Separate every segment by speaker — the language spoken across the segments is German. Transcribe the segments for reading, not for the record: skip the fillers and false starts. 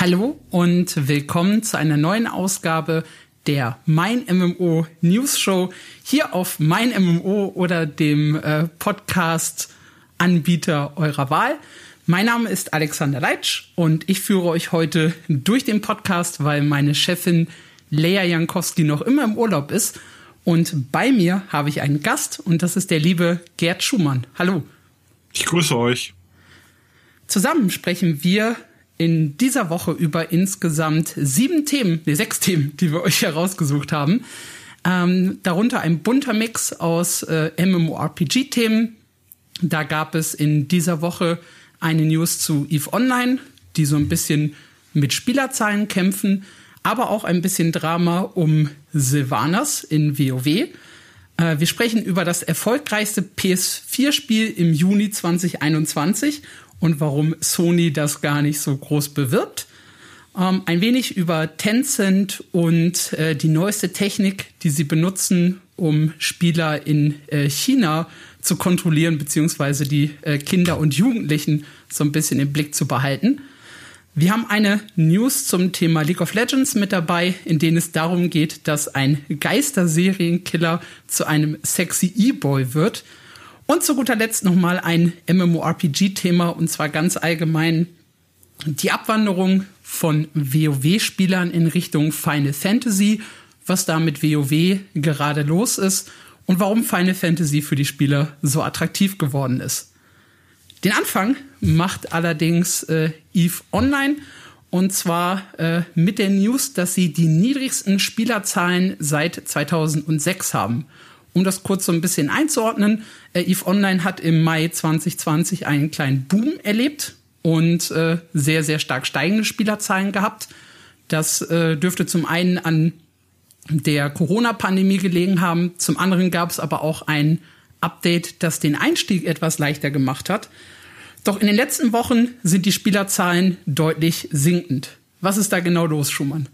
Speaker 1: Hallo und willkommen zu einer neuen Ausgabe der Mein MMO News Show hier auf Mein MMO oder dem Podcast-Anbieter eurer Wahl. Mein Name ist Alexander Leitsch und ich führe euch heute durch den Podcast, weil meine Chefin Lea Jankowski noch immer im Urlaub ist. Und bei mir habe ich einen Gast und das ist der liebe Gerd Schumann. Hallo.
Speaker 2: Ich grüße euch.
Speaker 1: Zusammen sprechen wir in dieser Woche über insgesamt 6 Themen, die wir euch herausgesucht haben. Darunter ein bunter Mix aus MMORPG-Themen. Da gab es in dieser Woche eine News zu EVE Online, die so ein bisschen mit Spielerzahlen kämpfen, aber auch ein bisschen Drama um Sylvanas in WoW. Wir sprechen über das erfolgreichste PS4-Spiel im Juni 2021 und warum Sony das gar nicht so groß bewirbt. Ein wenig über Tencent und die neueste Technik, die sie benutzen, um Spieler in China zu kontrollieren, beziehungsweise die Kinder und Jugendlichen so ein bisschen im Blick zu behalten. Wir haben eine News zum Thema League of Legends mit dabei, in denen es darum geht, dass ein Geister-Serienkiller zu einem sexy E-Boy wird. Und zu guter Letzt nochmal ein MMORPG-Thema, und zwar ganz allgemein die Abwanderung von WoW-Spielern in Richtung Final Fantasy, was da mit WoW gerade los ist und warum Final Fantasy für die Spieler so attraktiv geworden ist. Den Anfang macht allerdings EVE Online, und zwar mit der News, dass sie die niedrigsten Spielerzahlen seit 2006 haben. Um das kurz so ein bisschen einzuordnen, EVE Online hat im Mai 2020 einen kleinen Boom erlebt und sehr, sehr stark steigende Spielerzahlen gehabt. Das dürfte zum einen an der Corona-Pandemie gelegen haben, zum anderen gab es aber auch ein Update, das den Einstieg etwas leichter gemacht hat. Doch in den letzten Wochen sind die Spielerzahlen deutlich sinkend. Was ist da genau los, Schumann?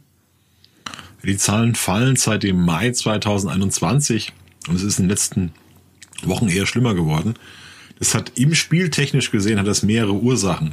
Speaker 2: Die Zahlen fallen seit dem Mai 2021 und es ist in den letzten Wochen eher schlimmer geworden. Das hat im Spiel technisch gesehen, hat das mehrere Ursachen.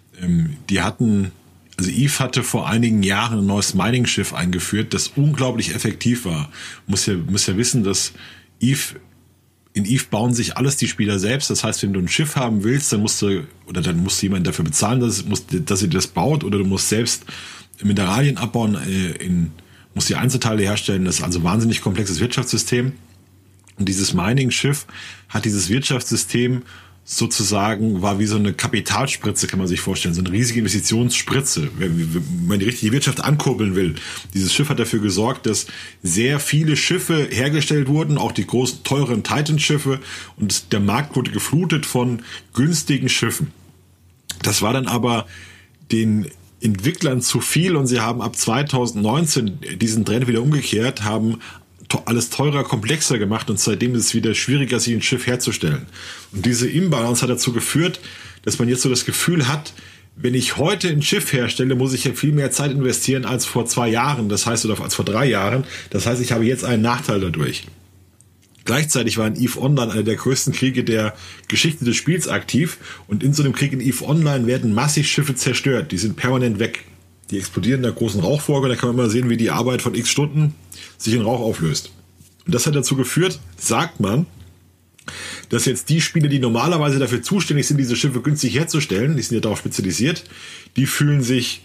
Speaker 2: EVE hatte vor einigen Jahren ein neues Mining-Schiff eingeführt, das unglaublich effektiv war. Muss ja wissen, dass in EVE bauen sich alles die Spieler selbst. Das heißt, wenn du ein Schiff haben willst, dann musst du jemand dafür bezahlen, dass sie das baut, oder du musst selbst Mineralien abbauen, musst die Einzelteile herstellen. Das ist also ein wahnsinnig komplexes Wirtschaftssystem. Und dieses Mining-Schiff hat dieses Wirtschaftssystem sozusagen, war wie so eine Kapitalspritze, kann man sich vorstellen, so eine riesige Investitionsspritze, wenn man die richtige Wirtschaft ankurbeln will. Dieses Schiff hat dafür gesorgt, dass sehr viele Schiffe hergestellt wurden, auch die großen, teuren Titan-Schiffe, und der Markt wurde geflutet von günstigen Schiffen. Das war dann aber den Entwicklern zu viel, und sie haben ab 2019 diesen Trend wieder umgekehrt, haben alles teurer, komplexer gemacht, und seitdem ist es wieder schwieriger, sich ein Schiff herzustellen. Und diese Imbalance hat dazu geführt, dass man jetzt so das Gefühl hat, wenn ich heute ein Schiff herstelle, muss ich ja viel mehr Zeit investieren als vor 2 Jahren, das heißt, oder als vor 3 Jahren. Das heißt, ich habe jetzt einen Nachteil dadurch. Gleichzeitig war in EVE Online einer der größten Kriege der Geschichte des Spiels aktiv, und in so einem Krieg in EVE Online werden massig Schiffe zerstört, die sind permanent weg. Die explodieren in der großen Rauchwolke, da kann man mal sehen, wie die Arbeit von x Stunden sich in Rauch auflöst. Und das hat dazu geführt, sagt man, dass jetzt die Spieler, die normalerweise dafür zuständig sind, diese Schiffe günstig herzustellen, die sind ja darauf spezialisiert, die fühlen sich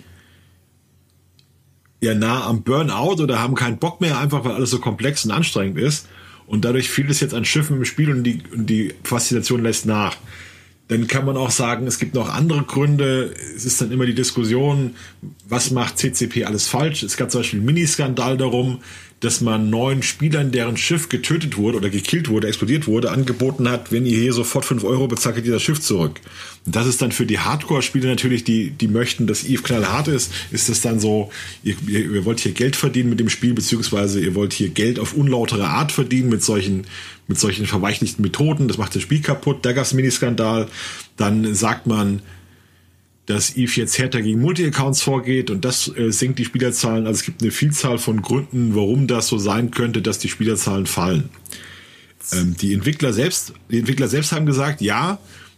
Speaker 2: ja nah am Burnout oder haben keinen Bock mehr, einfach weil alles so komplex und anstrengend ist. Und dadurch fehlt es jetzt an Schiffen im Spiel, und die Faszination lässt nach. Dann kann man auch sagen, es gibt noch andere Gründe. Es ist dann immer die Diskussion, was macht CCP alles falsch? Es gab zum Beispiel einen Miniskandal darum, dass man 9 Spielern, deren Schiff getötet wurde oder gekillt wurde, explodiert wurde, angeboten hat, wenn ihr hier sofort 5 Euro bezahlt, kriegt ihr das Schiff zurück. Und das ist dann für die Hardcore-Spieler natürlich, die möchten, dass EVE knallhart ist das dann so, ihr wollt hier Geld verdienen mit dem Spiel, beziehungsweise ihr wollt hier Geld auf unlautere Art verdienen mit solchen verweichlichten Methoden. Das macht das Spiel kaputt. Da gab es einen Miniskandal. Dann sagt man, dass EVE jetzt härter gegen Multi-Accounts vorgeht, und das senkt die Spielerzahlen. Also es gibt eine Vielzahl von Gründen, warum das so sein könnte, dass die Spielerzahlen fallen. Die Entwickler selbst haben gesagt, ja,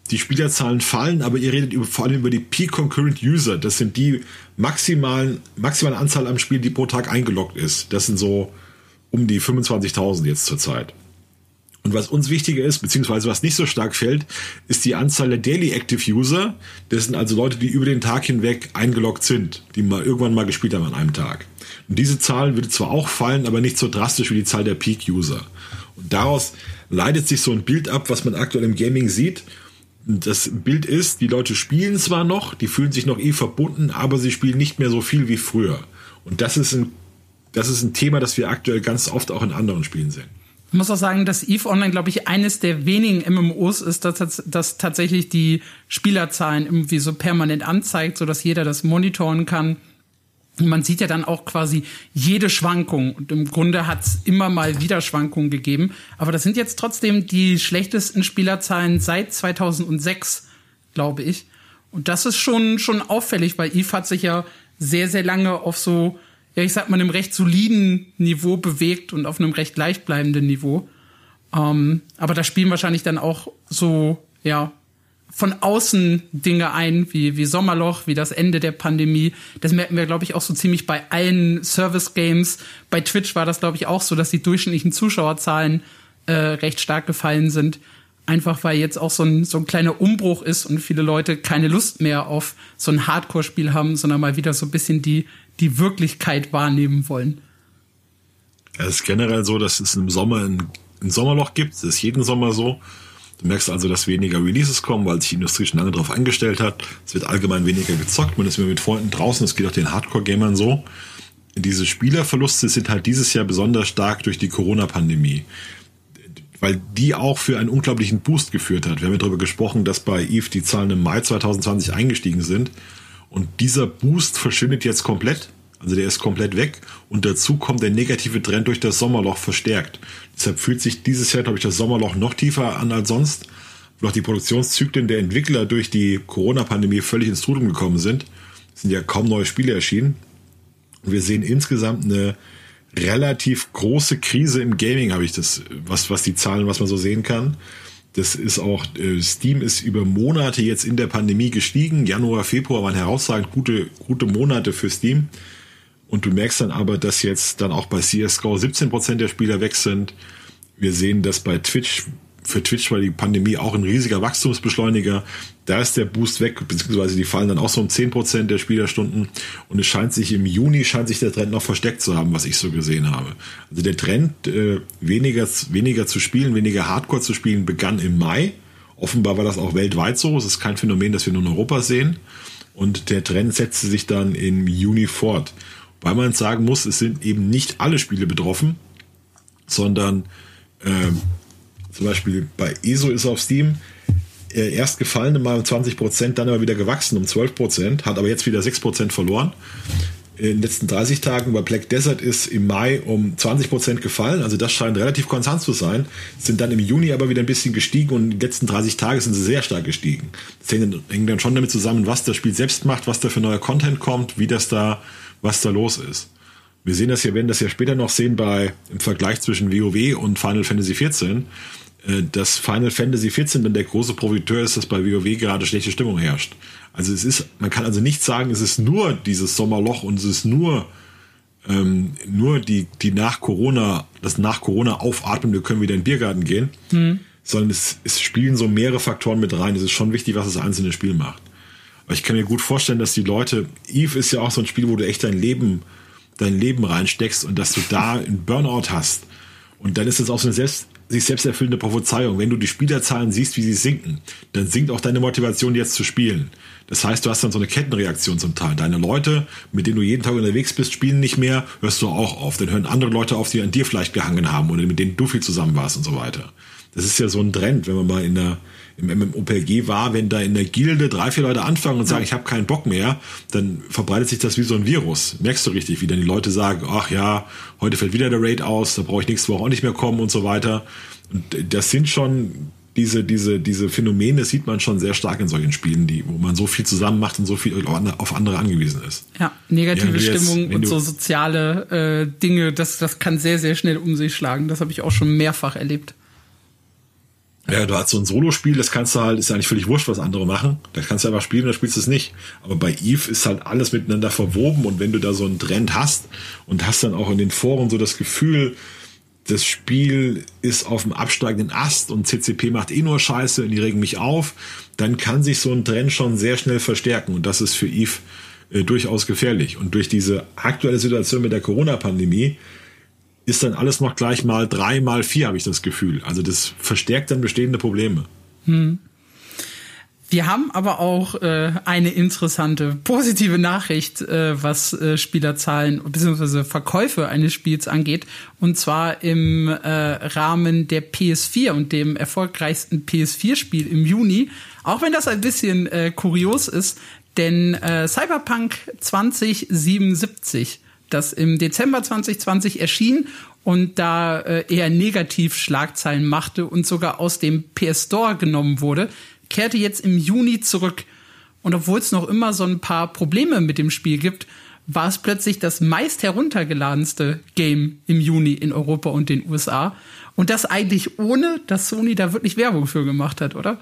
Speaker 2: die Spielerzahlen fallen, aber ihr redet vor allem über die Peak Concurrent User. Das sind die maximale Anzahl am Spiel, die pro Tag eingeloggt ist. Das sind so um die 25.000 jetzt zurzeit. Und was uns wichtiger ist, beziehungsweise was nicht so stark fällt, ist die Anzahl der Daily Active User. Das sind also Leute, die über den Tag hinweg eingeloggt sind, die irgendwann mal gespielt haben an einem Tag. Und diese Zahl würde zwar auch fallen, aber nicht so drastisch wie die Zahl der Peak User. Und daraus leitet sich so ein Bild ab, was man aktuell im Gaming sieht. Das Bild ist, die Leute spielen zwar noch, die fühlen sich noch verbunden, aber sie spielen nicht mehr so viel wie früher. Und das ist ein Thema, das wir aktuell ganz oft auch in anderen Spielen sehen.
Speaker 1: Ich muss auch sagen, dass EVE Online, glaube ich, eines der wenigen MMOs ist, das tatsächlich die Spielerzahlen irgendwie so permanent anzeigt, sodass jeder das monitoren kann. Und man sieht ja dann auch quasi jede Schwankung. Und im Grunde hat es immer mal wieder Schwankungen gegeben. Aber das sind jetzt trotzdem die schlechtesten Spielerzahlen seit 2006, glaube ich. Und das ist schon auffällig, weil EVE hat sich ja sehr, sehr lange auf so, ja, ich sag mal, einem recht soliden Niveau bewegt und auf einem recht gleichbleibenden Niveau. Aber da spielen wahrscheinlich dann auch so, ja, von außen Dinge ein, wie Sommerloch, wie das Ende der Pandemie. Das merken wir, glaube ich, auch so ziemlich bei allen Service-Games. Bei Twitch war das, glaube ich, auch so, dass die durchschnittlichen Zuschauerzahlen recht stark gefallen sind. Einfach weil jetzt auch so ein kleiner Umbruch ist und viele Leute keine Lust mehr auf so ein Hardcore-Spiel haben, sondern mal wieder so ein bisschen die Wirklichkeit wahrnehmen wollen.
Speaker 2: Es ist generell so, dass es im Sommer ein Sommerloch gibt. Das ist jeden Sommer so. Du merkst also, dass weniger Releases kommen, weil sich die Industrie schon lange darauf eingestellt hat. Es wird allgemein weniger gezockt. Man ist mehr mit Freunden draußen. Das geht auch den Hardcore-Gamern so. Diese Spielerverluste sind halt dieses Jahr besonders stark durch die Corona-Pandemie, weil die auch für einen unglaublichen Boost geführt hat. Wir haben ja darüber gesprochen, dass bei EVE die Zahlen im Mai 2020 eingestiegen sind. Und dieser Boost verschwindet jetzt komplett. Also der ist komplett weg. Und dazu kommt der negative Trend durch das Sommerloch verstärkt. Deshalb fühlt sich dieses Jahr, glaube ich, das Sommerloch noch tiefer an als sonst. Weil auch die Produktionszyklen der Entwickler durch die Corona-Pandemie völlig ins Trudeln gekommen sind. Es sind ja kaum neue Spiele erschienen. Und wir sehen insgesamt eine relativ große Krise im Gaming, habe ich das, was die Zahlen, was man so sehen kann. Das ist auch, Steam ist über Monate jetzt in der Pandemie gestiegen. Januar, Februar waren herausragend gute Monate für Steam. Und du merkst dann aber, dass jetzt dann auch bei CSGO 17% der Spieler weg sind. Wir sehen, dass bei für Twitch war die Pandemie auch ein riesiger Wachstumsbeschleuniger. Da ist der Boost weg, beziehungsweise die fallen dann auch so um 10% der Spielerstunden. Und es scheint sich im Juni der Trend noch versteckt zu haben, was ich so gesehen habe. Also der Trend, weniger zu spielen, weniger Hardcore zu spielen, begann im Mai. Offenbar war das auch weltweit so. Es ist kein Phänomen, das wir nur in Europa sehen. Und der Trend setzte sich dann im Juni fort. Weil man sagen muss, es sind eben nicht alle Spiele betroffen, sondern zum Beispiel bei ESO ist auf Steam erst gefallen mal um 20%, dann aber wieder gewachsen um 12%, hat aber jetzt wieder 6% verloren. In den letzten 30 Tagen bei Black Desert ist im Mai um 20% gefallen, also das scheint relativ konstant zu sein, sind dann im Juni aber wieder ein bisschen gestiegen und in den letzten 30 Tagen sind sie sehr stark gestiegen. Das hängt dann schon damit zusammen, was das Spiel selbst macht, was da für neuer Content kommt, was da los ist. Wir sehen das ja, werden das ja später noch sehen im Vergleich zwischen WoW und Final Fantasy XIV, dass Final Fantasy XIV dann der große Profiteur ist, dass bei WoW gerade schlechte Stimmung herrscht. Also man kann also nicht sagen, es ist nur dieses Sommerloch und es ist nur die nach Corona aufatmen, wir können wieder in den Biergarten gehen, sondern es spielen so mehrere Faktoren mit rein. Es ist schon wichtig, was das einzelne Spiel macht. Aber ich kann mir gut vorstellen, dass die Leute, EVE ist ja auch so ein Spiel, wo du echt dein Leben reinsteckst und dass du da einen Burnout hast. Und dann ist es auch so eine sich selbst erfüllende Prophezeiung. Wenn du die Spielerzahlen siehst, wie sie sinken, dann sinkt auch deine Motivation, jetzt zu spielen. Das heißt, du hast dann so eine Kettenreaktion zum Teil. Deine Leute, mit denen du jeden Tag unterwegs bist, spielen nicht mehr, hörst du auch auf. Dann hören andere Leute auf, die an dir vielleicht gehangen haben oder mit denen du viel zusammen warst und so weiter. Das ist ja so ein Trend, wenn man mal im MMORPG war, wenn da in der Gilde 3-4 Leute anfangen und sagen, ich habe keinen Bock mehr, dann verbreitet sich das wie so ein Virus. Merkst du richtig, wie dann die Leute sagen, ach ja, heute fällt wieder der Raid aus, da brauche ich nächste Woche auch nicht mehr kommen und so weiter. Und das sind schon diese Phänomene, sieht man schon sehr stark in solchen Spielen, wo man so viel zusammen macht und so viel auf andere angewiesen ist.
Speaker 1: Ja, negative Stimmung und so soziale Dinge, das kann sehr, sehr schnell um sich schlagen. Das habe ich auch schon mehrfach erlebt.
Speaker 2: Ja, du hast so ein Solospiel, das kannst du halt, ist ja eigentlich völlig wurscht, was andere machen. Da kannst du einfach spielen, oder spielst du es nicht. Aber bei Eve ist halt alles miteinander verwoben, und wenn du da so einen Trend hast und hast dann auch in den Foren so das Gefühl, das Spiel ist auf dem absteigenden Ast und CCP macht eh nur Scheiße und die regen mich auf, dann kann sich so ein Trend schon sehr schnell verstärken, und das ist für Eve durchaus gefährlich. Und durch diese aktuelle Situation mit der Corona-Pandemie ist dann alles noch gleich mal 3, mal 4, habe ich das Gefühl. Also das verstärkt dann bestehende Probleme.
Speaker 1: Wir haben aber auch eine interessante, positive Nachricht, was Spielerzahlen bzw. Verkäufe eines Spiels angeht. Und zwar im Rahmen der PS4 und dem erfolgreichsten PS4-Spiel im Juni. Auch wenn das ein bisschen kurios ist, denn Cyberpunk 2077, das im Dezember 2020 erschien und da eher negativ Schlagzeilen machte und sogar aus dem PS Store genommen wurde, kehrte jetzt im Juni zurück. Und obwohl es noch immer so ein paar Probleme mit dem Spiel gibt, war es plötzlich das meist heruntergeladenste Game im Juni in Europa und den USA. Und das eigentlich ohne, dass Sony da wirklich Werbung für gemacht hat, oder?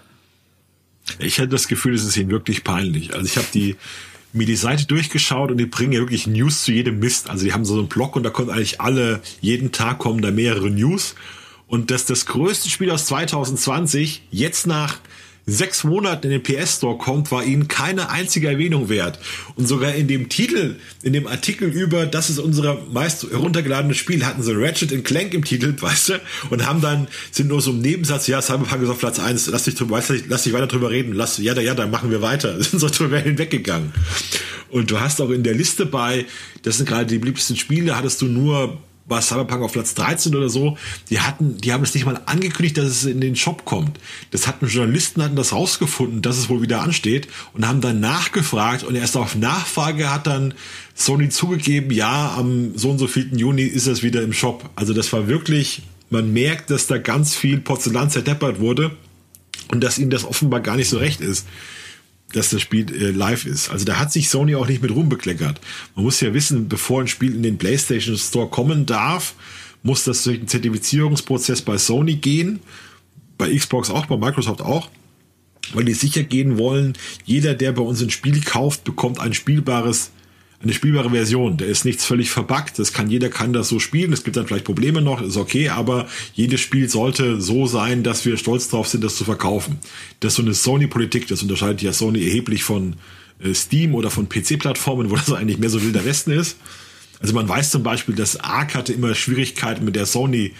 Speaker 2: Ich hatte das Gefühl, es ist ihnen wirklich peinlich. Also ich habe mir die Seite durchgeschaut, und die bringen ja wirklich News zu jedem Mist. Also die haben so einen Blog, und da kommen eigentlich jeden Tag kommen da mehrere News. Und dass das größte Spiel aus 2020 jetzt nach 6 Monaten in den PS Store kommt, war ihnen keine einzige Erwähnung wert. Und sogar in dem Titel, in dem Artikel über, das ist unser meist heruntergeladene Spiel, hatten sie Ratchet & Clank im Titel, weißt du, und sind nur so im Nebensatz, ja, Cyberpunk ist auf Platz 1, lass dich weiter drüber reden, dann machen wir weiter. Sind so drüber hinweggegangen. Und du hast auch in der Liste das sind gerade die beliebtesten Spiele, hattest du nur, war Cyberpunk auf Platz 13 oder so, die haben es nicht mal angekündigt, dass es in den Shop kommt. Journalisten hatten das rausgefunden, dass es wohl wieder ansteht, und haben dann nachgefragt, und erst auf Nachfrage hat dann Sony zugegeben, ja, am so und so 4. Juni ist es wieder im Shop. Also das war wirklich, man merkt, dass da ganz viel Porzellan zerdeppert wurde und dass ihnen das offenbar gar nicht so recht ist, dass das Spiel live ist. Also da hat sich Sony auch nicht mit Ruhm bekleckert. Man muss ja wissen, bevor ein Spiel in den PlayStation Store kommen darf, muss das durch einen Zertifizierungsprozess bei Sony gehen, bei Xbox auch, bei Microsoft auch, weil die sicher gehen wollen, jeder, der bei uns ein Spiel kauft, bekommt eine spielbare Version. Da ist nichts völlig verbuggt. Jeder kann das so spielen. Es gibt dann vielleicht Probleme noch, ist okay, aber jedes Spiel sollte so sein, dass wir stolz drauf sind, das zu verkaufen. Das ist so eine Sony-Politik, das unterscheidet ja Sony erheblich von Steam oder von PC-Plattformen, wo das eigentlich mehr so Wilder Westen ist. Also man weiß zum Beispiel, dass Arc hatte immer Schwierigkeiten mit der Sony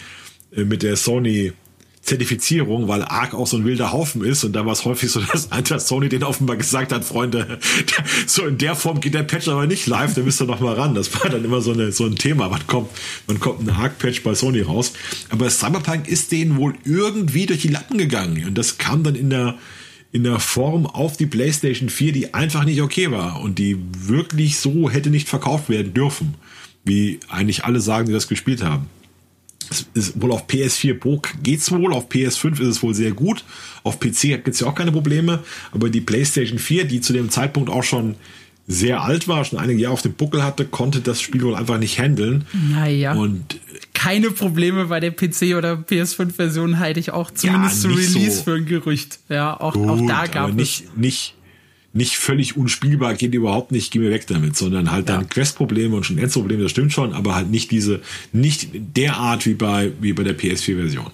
Speaker 2: Zertifizierung, weil Arc auch so ein wilder Haufen ist, und da war es häufig so, dass Sony denen offenbar gesagt hat, Freunde, so in der Form geht der Patch aber nicht live, da müsst ihr noch mal ran. Das war dann immer so ein Thema, wann kommt ein Arc-Patch bei Sony raus. Aber Cyberpunk ist denen wohl irgendwie durch die Lappen gegangen, und das kam dann in der Form auf die PlayStation 4, die einfach nicht okay war und die wirklich so hätte nicht verkauft werden dürfen, wie eigentlich alle sagen, die das gespielt haben. Es ist wohl auf PS4 Pro geht's wohl, auf PS5 ist es wohl sehr gut, auf PC gibt's ja auch keine Probleme, aber die PlayStation 4, die zu dem Zeitpunkt auch schon sehr alt war, schon einige Jahre auf dem Buckel hatte, konnte das Spiel wohl einfach nicht handeln.
Speaker 1: Naja,
Speaker 2: und
Speaker 1: keine Probleme bei der PC- oder PS5-Version halte ich auch zumindest zu Release so für ein Gerücht. Ja, auch da gab es
Speaker 2: nicht völlig unspielbar, geht überhaupt nicht, geh mir weg damit, sondern halt dann Quest-Probleme und schon Endprobleme, das stimmt schon, aber halt nicht derart wie bei der PS4-Version.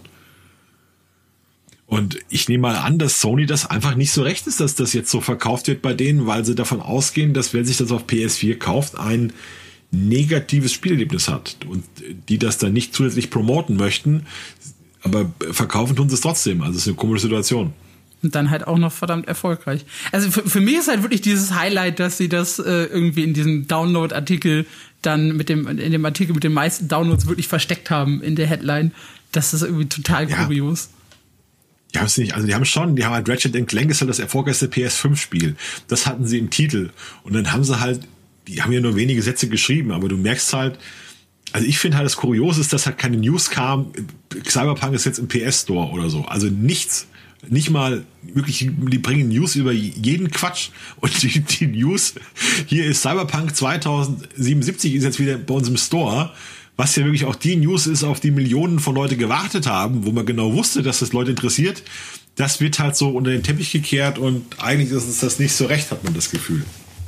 Speaker 2: Und ich nehme mal an, dass Sony das einfach nicht so recht ist, dass das jetzt so verkauft wird bei denen, weil sie davon ausgehen, dass wer sich das auf PS4 kauft, ein negatives Spielerlebnis hat und die das dann nicht zusätzlich promoten möchten, aber verkaufen tun sie es trotzdem. Also es ist eine komische Situation.
Speaker 1: Und dann halt auch noch verdammt erfolgreich. Also für mich ist halt wirklich dieses Highlight, dass sie das irgendwie in diesem Download-Artikel dann in dem Artikel mit den meisten Downloads wirklich versteckt haben in der Headline. Das ist irgendwie total kurios.
Speaker 2: Ja, die haben halt Ratchet & Clank ist halt das erfolgreichste PS5-Spiel. Das hatten sie im Titel. Und dann haben sie halt, die haben ja nur wenige Sätze geschrieben, aber du merkst halt, also ich finde halt das Kuriose ist, dass halt keine News kam, Cyberpunk ist jetzt im PS Store oder so. Also nichts. Nicht mal wirklich, die bringen News über jeden Quatsch. Und die News, hier ist Cyberpunk 2077 ist jetzt wieder bei uns im Store. was ja wirklich auch die News ist, auf die Millionen von Leute gewartet haben, wo man genau wusste, dass das Leute interessiert, das wird halt so unter den Teppich gekehrt und eigentlich ist uns das nicht so recht, hat man das Gefühl.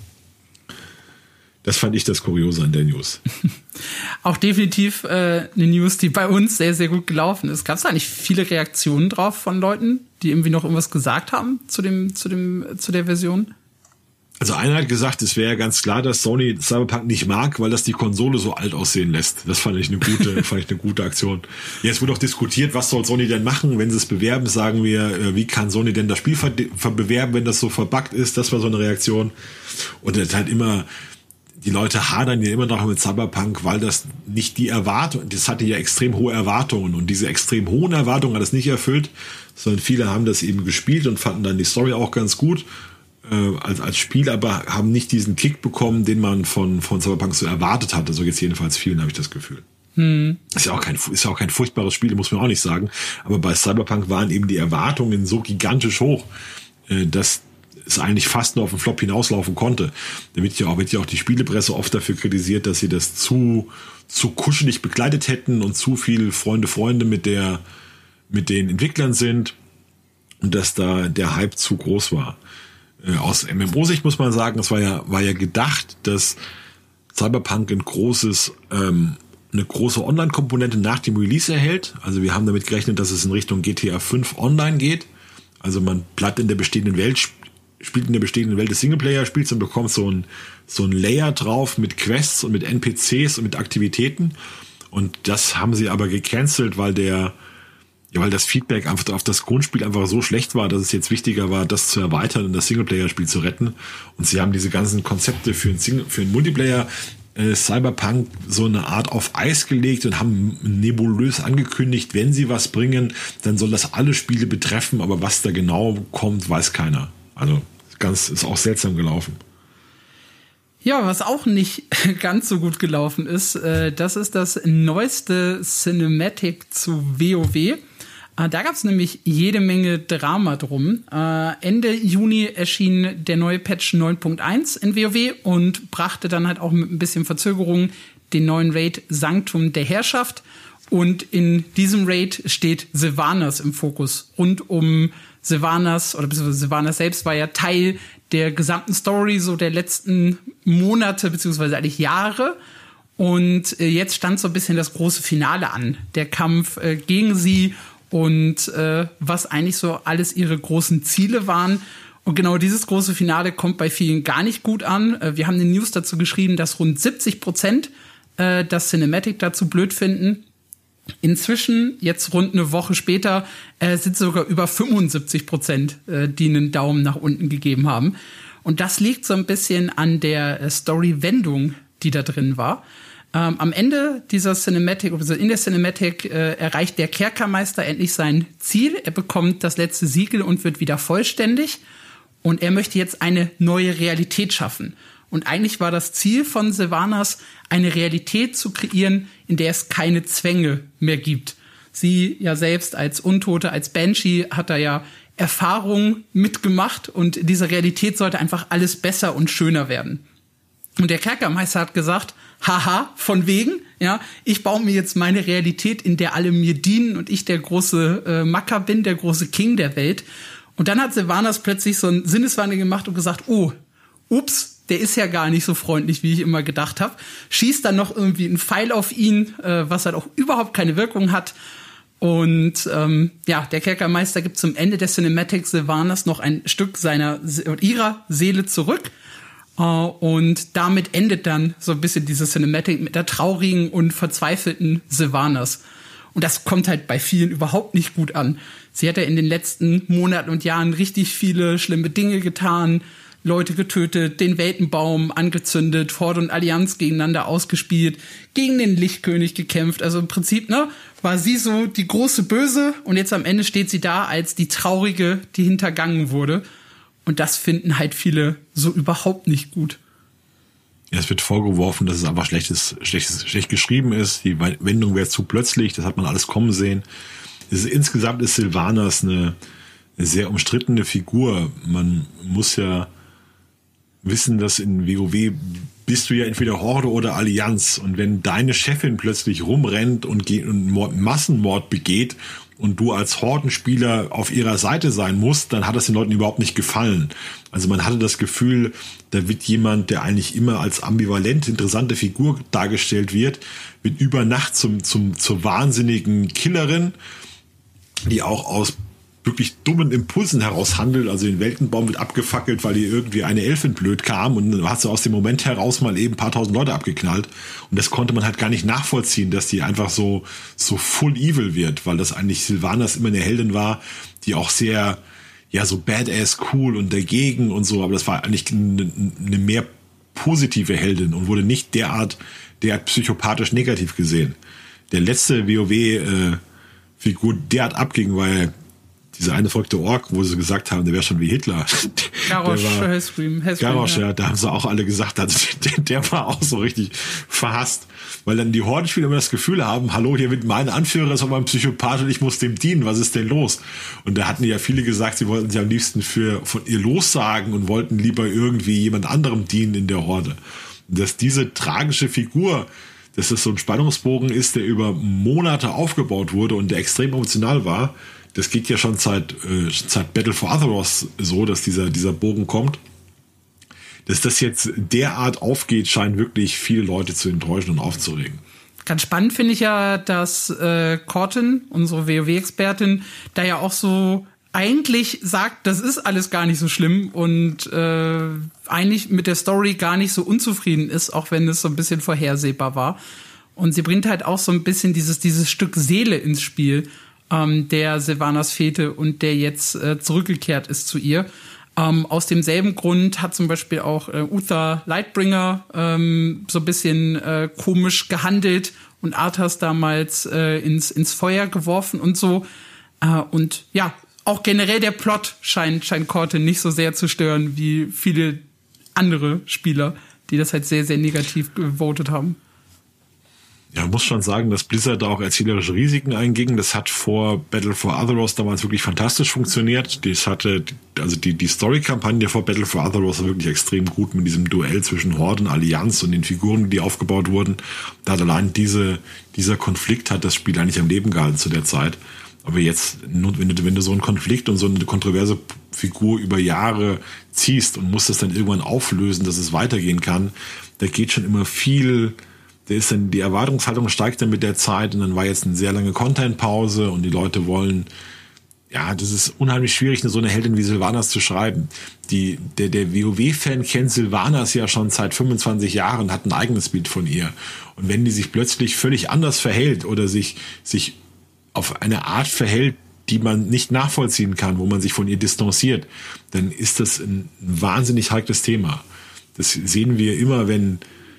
Speaker 2: Das fand ich das Kuriose an der News.
Speaker 1: Auch definitiv eine News, die bei uns sehr, sehr gut gelaufen ist. Gab es da nicht viele Reaktionen drauf von Leuten, die irgendwie noch irgendwas gesagt haben zu der Version?
Speaker 2: Also einer hat gesagt, es wäre ganz klar, dass Sony Cyberpunk nicht mag, weil das die Konsole so alt aussehen lässt. Das fand ich eine gute Aktion. Jetzt wurde auch diskutiert, was soll Sony denn machen, wenn sie es bewerben, sagen wir, wie kann Sony denn das Spiel bewerben, wenn das so verbuggt ist? Das war so eine Reaktion. Und das halt immer, die Leute hadern ja immer noch mit Cyberpunk, weil das nicht die Erwartung, das hatte ja extrem hohe Erwartungen und diese extrem hohen Erwartungen hat es nicht erfüllt, sondern viele haben das eben gespielt und fanden dann die Story auch ganz gut. Als Spiel, aber haben nicht diesen Kick bekommen, den man von Cyberpunk so erwartet hatte. So jetzt jedenfalls vielen, habe ich das Gefühl. Ist ja auch kein furchtbares Spiel, muss man auch nicht sagen. Aber bei Cyberpunk waren eben die Erwartungen so gigantisch hoch, dass es eigentlich fast nur auf den Flop hinauslaufen konnte. Da wird ja auch die Spielepresse oft dafür kritisiert, dass sie das zu kuschelig begleitet hätten und zu viel Freunde mit den Entwicklern sind und dass da der Hype zu groß war. Aus MMO-Sicht muss man sagen, es war ja gedacht, dass Cyberpunk eine große Online-Komponente nach dem Release erhält. Also wir haben damit gerechnet, dass es in Richtung GTA 5 online geht. Also man bleibt in der bestehenden Welt, spielt in der bestehenden Welt des Singleplayer-Spiels und bekommt so ein Layer drauf mit Quests und mit NPCs und mit Aktivitäten. Und das haben sie aber gecancelt, weil das Feedback einfach auf das Grundspiel einfach so schlecht war, dass es jetzt wichtiger war, das zu erweitern und das Singleplayer-Spiel zu retten. Und sie haben diese ganzen Konzepte für einen Multiplayer Cyberpunk so eine Art auf Eis gelegt und haben nebulös angekündigt, wenn sie was bringen, dann soll das alle Spiele betreffen, aber was da genau kommt, weiß keiner. Also ist auch seltsam gelaufen.
Speaker 1: Ja, was auch nicht ganz so gut gelaufen ist, das ist das neueste Cinematic zu WoW. Da gab es nämlich jede Menge Drama drum. Ende Juni erschien der neue Patch 9.1 in WoW und brachte dann halt auch mit ein bisschen Verzögerung den neuen Raid Sanctum der Herrschaft. Und in diesem Raid steht Sylvanas im Fokus. Rund um Sylvanas, oder beziehungsweise Sylvanas selbst war ja Teil der gesamten Story so der letzten Monate, beziehungsweise eigentlich Jahre. Und jetzt stand so ein bisschen das große Finale an. Der Kampf gegen sie und was eigentlich so alles ihre großen Ziele waren. Und genau dieses große Finale kommt bei vielen gar nicht gut an. Wir haben eine News dazu geschrieben, dass rund 70% das Cinematic dazu blöd finden. Inzwischen, jetzt rund eine Woche später, sind sogar über 75%, die einen Daumen nach unten gegeben haben. Und das liegt so ein bisschen an der Story-Wendung, die da drin war. Am Ende dieser Cinematic, also in der Cinematic, erreicht der Kerkermeister endlich sein Ziel. Er bekommt das letzte Siegel und wird wieder vollständig. Und er möchte jetzt eine neue Realität schaffen. Und eigentlich war das Ziel von Sylvanas, eine Realität zu kreieren, in der es keine Zwänge mehr gibt. Sie ja selbst als Untote, als Banshee hat da ja Erfahrungen mitgemacht und in dieser Realität sollte einfach alles besser und schöner werden. Und der Kerkermeister hat gesagt, haha, von wegen, ja, ich baue mir jetzt meine Realität, in der alle mir dienen und ich der große Macker bin, der große King der Welt. Und dann hat Sylvanas plötzlich so einen Sinneswandel gemacht und gesagt, oh, ups, der ist ja gar nicht so freundlich, wie ich immer gedacht habe. Schießt dann noch irgendwie einen Pfeil auf ihn, was halt auch überhaupt keine Wirkung hat. Und der Kerkermeister gibt zum Ende der Cinematic Sylvanas noch ein Stück ihrer Seele zurück. Und damit endet dann so ein bisschen diese Cinematic mit der traurigen und verzweifelten Sylvanas. Und das kommt halt bei vielen überhaupt nicht gut an. Sie hat ja in den letzten Monaten und Jahren richtig viele schlimme Dinge getan, Leute getötet, den Weltenbaum angezündet, Horde und Allianz gegeneinander ausgespielt, gegen den Lichtkönig gekämpft. Also im Prinzip, war sie so die große Böse und jetzt am Ende steht sie da als die Traurige, die hintergangen wurde. Und das finden halt viele so überhaupt nicht gut.
Speaker 2: Ja, es wird vorgeworfen, dass es einfach schlecht geschrieben ist. Die Wendung wäre zu plötzlich, das hat man alles kommen sehen. Insgesamt ist Sylvanas eine sehr umstrittene Figur. Man muss ja wissen, dass in WoW bist du ja entweder Horde oder Allianz. Und wenn deine Chefin plötzlich rumrennt und Massenmord begeht und du als Hordenspieler auf ihrer Seite sein musst, dann hat das den Leuten überhaupt nicht gefallen. Also man hatte das Gefühl, da wird jemand, der eigentlich immer als ambivalent interessante Figur dargestellt wird über Nacht zur wahnsinnigen Killerin, die auch aus wirklich dummen Impulsen heraus handelt. Also den Weltenbaum wird abgefackelt, weil hier irgendwie eine Elfin blöd kam und dann hat sie aus dem Moment heraus mal eben ein paar tausend Leute abgeknallt. Und das konnte man halt gar nicht nachvollziehen, dass die einfach so full evil wird, weil das eigentlich Sylvanas immer eine Heldin war, die auch sehr, ja, so badass cool und dagegen und so, aber das war eigentlich eine mehr positive Heldin und wurde nicht derart psychopathisch negativ gesehen. Der letzte WoW-Figur derart abging, weil dieser eine verrückte Ork, wo sie gesagt haben, der wäre schon wie Hitler.
Speaker 1: Garrosh,
Speaker 2: Garrosh, ja, da haben sie auch alle gesagt, also der war auch so richtig verhasst. Weil dann die Hordenspieler immer das Gefühl haben, hallo, hier wird mein Anführer, ist aber ein Psychopath und ich muss dem dienen, was ist denn los? Und da hatten ja viele gesagt, sie wollten sich am liebsten von ihr lossagen und wollten lieber irgendwie jemand anderem dienen in der Horde. Und dass diese tragische Figur, dass das so ein Spannungsbogen ist, der über Monate aufgebaut wurde und der extrem emotional war, das geht ja schon seit Battle for Azeroth so, dass dieser Bogen kommt. Dass das jetzt derart aufgeht, scheint wirklich viele Leute zu enttäuschen und aufzuregen.
Speaker 1: Ganz spannend finde ich ja, dass Cortin, unsere WoW-Expertin, da ja auch so eigentlich sagt, das ist alles gar nicht so schlimm und eigentlich mit der Story gar nicht so unzufrieden ist, auch wenn es so ein bisschen vorhersehbar war. Und sie bringt halt auch so ein bisschen dieses Stück Seele ins Spiel, der Sylvanas Fete und der jetzt zurückgekehrt ist zu ihr. Aus demselben Grund hat zum Beispiel auch Uther Lightbringer so ein bisschen komisch gehandelt und Arthas damals ins Feuer geworfen und so. Und ja, auch generell der Plot scheint Cortin nicht so sehr zu stören wie viele andere Spieler, die das halt sehr, sehr negativ gewotet haben.
Speaker 2: Ja, muss schon sagen, dass Blizzard da auch erzählerische Risiken einging. Das hat vor Battle for Azeroth damals wirklich fantastisch funktioniert. Die Story-Kampagne vor Battle for Azeroth war wirklich extrem gut mit diesem Duell zwischen Horde und Allianz und den Figuren, die aufgebaut wurden. Da hat allein dieser Konflikt hat das Spiel eigentlich am Leben gehalten zu der Zeit. Aber jetzt, wenn du so einen Konflikt und so eine kontroverse Figur über Jahre ziehst und musst das dann irgendwann auflösen, dass es weitergehen kann, da geht schon immer viel. Die Erwartungshaltung steigt dann mit der Zeit und dann war jetzt eine sehr lange Content-Pause und die Leute wollen, ja, das ist unheimlich schwierig, so eine Heldin wie Sylvanas zu schreiben. Der WoW-Fan kennt Sylvanas ja schon seit 25 Jahren, hat ein eigenes Bild von ihr. Und wenn die sich plötzlich völlig anders verhält oder sich auf eine Art verhält, die man nicht nachvollziehen kann, wo man sich von ihr distanziert, dann ist das ein wahnsinnig heikles Thema. Das sehen wir immer, wenn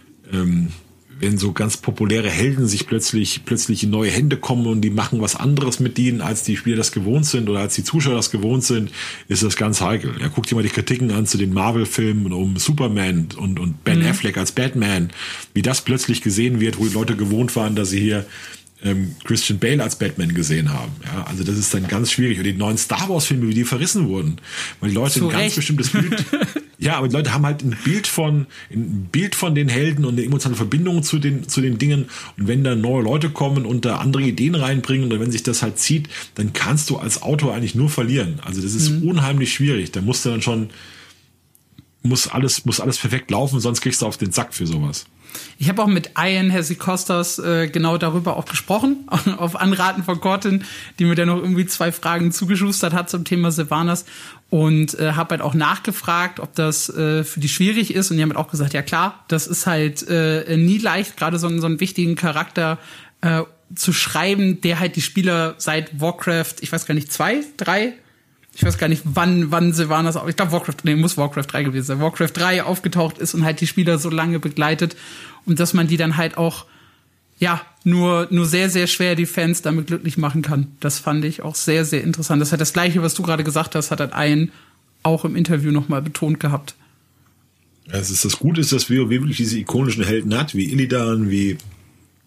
Speaker 2: so ganz populäre Helden sich plötzlich in neue Hände kommen und die machen was anderes mit denen, als die Spieler das gewohnt sind oder als die Zuschauer das gewohnt sind, ist das ganz heikel. Ja, guck dir mal die Kritiken an zu den Marvel-Filmen um Superman und Ben Affleck als Batman, wie das plötzlich gesehen wird, wo die Leute gewohnt waren, dass sie hier Christian Bale als Batman gesehen haben. Ja, also das ist dann ganz schwierig. Und die neuen Star Wars Filme, wie die verrissen wurden, weil die Leute ein ganz bestimmtes Bild, ja, aber die Leute haben halt ein Bild von den Helden und eine emotionale Verbindung zu den Dingen. Und wenn da neue Leute kommen und da andere Ideen reinbringen oder wenn sich das halt zieht, dann kannst du als Autor eigentlich nur verlieren. Also das ist unheimlich schwierig. Da musst du dann schon, muss alles perfekt laufen, sonst kriegst du auf den Sack für sowas.
Speaker 1: Ich habe auch mit Ian Hesychostas genau darüber auch gesprochen, auf Anraten von Cortin, die mir dann noch irgendwie 2 Fragen zugeschustert hat zum Thema Sylvanas und habe halt auch nachgefragt, ob das für die schwierig ist und die haben halt auch gesagt, ja klar, das ist halt nie leicht, gerade so einen wichtigen Charakter zu schreiben, der halt die Spieler seit Warcraft, ich weiß gar nicht, 2, 3, ich weiß gar nicht, wann Sylvanas, ich glaube muss Warcraft 3 gewesen sein, Warcraft 3 aufgetaucht ist und halt die Spieler so lange begleitet und dass man die dann halt auch, ja, nur sehr, sehr schwer die Fans damit glücklich machen kann. Das fand ich auch sehr, sehr interessant. Das ist halt das Gleiche, was du gerade gesagt hast, hat halt Ian auch im Interview nochmal betont gehabt.
Speaker 2: Ja, das Gute ist, dass WoW wirklich diese ikonischen Helden hat, wie Illidan, wie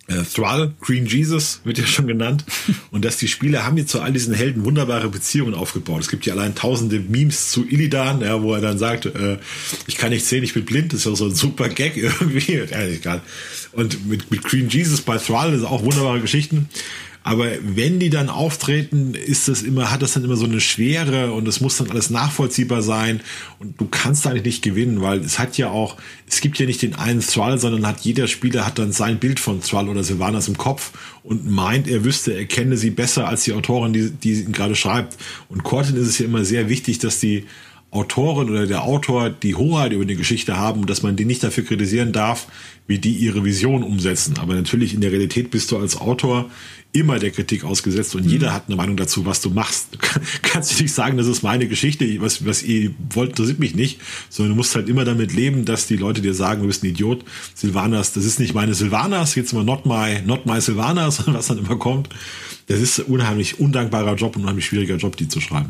Speaker 2: Thrall, Green Jesus wird ja schon genannt. Und dass die Spieler haben jetzt zu all diesen Helden wunderbare Beziehungen aufgebaut. Es gibt ja allein tausende Memes zu Illidan, ja, wo er dann sagt, ich kann nicht sehen, ich bin blind. Das ist ja so ein super Gag irgendwie. Ja, egal. Und mit Green Jesus bei Thrall, das sind auch wunderbare Geschichten. Aber wenn die dann auftreten, hat das dann immer so eine Schwere und es muss dann alles nachvollziehbar sein und du kannst eigentlich nicht gewinnen, weil es gibt ja nicht den einen Thrall, sondern jeder Spieler hat dann sein Bild von Thrall oder Sylvanas im Kopf und meint, er kenne sie besser als die Autorin, die ihn gerade schreibt. Und Cortin ist es ja immer sehr wichtig, dass die Autorin oder der Autor die Hoheit über die Geschichte haben, dass man die nicht dafür kritisieren darf, wie die ihre Vision umsetzen. Aber natürlich in der Realität bist du als Autor immer der Kritik ausgesetzt und jeder hat eine Meinung dazu, was du machst. Du kannst nicht sagen, das ist meine Geschichte, was ihr wollt, interessiert mich nicht, sondern du musst halt immer damit leben, dass die Leute dir sagen, du bist ein Idiot, Sylvanas, das ist nicht meine Sylvanas, jetzt mal not my Sylvanas, was dann immer kommt. Das ist ein unheimlich undankbarer Job und ein unheimlich schwieriger Job, die zu schreiben.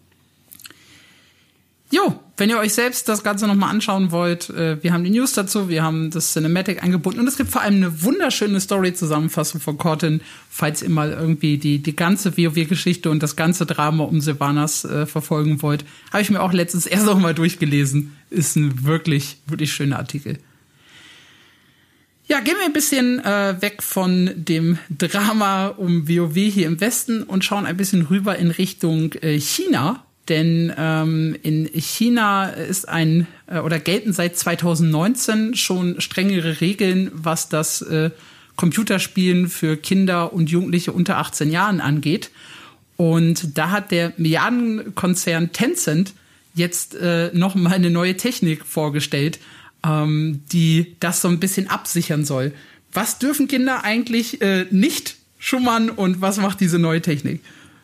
Speaker 1: Jo, wenn ihr euch selbst das Ganze nochmal anschauen wollt, wir haben die News dazu, wir haben das Cinematic eingebunden und es gibt vor allem eine wunderschöne Story-Zusammenfassung von Cortin, falls ihr mal irgendwie die ganze WoW-Geschichte und das ganze Drama um Sylvanas verfolgen wollt. Habe ich mir auch letztens erst noch mal durchgelesen. Ist ein wirklich, wirklich schöner Artikel. Ja, gehen wir ein bisschen weg von dem Drama um WoW hier im Westen und schauen ein bisschen rüber in Richtung China. Denn in China gelten seit 2019 schon strengere Regeln, was das Computerspielen für Kinder und Jugendliche unter 18 Jahren angeht. Und da hat der Milliardenkonzern Tencent jetzt noch mal eine neue Technik vorgestellt, die das so ein bisschen absichern soll. Was dürfen Kinder eigentlich nicht schummern und was macht diese neue Technik?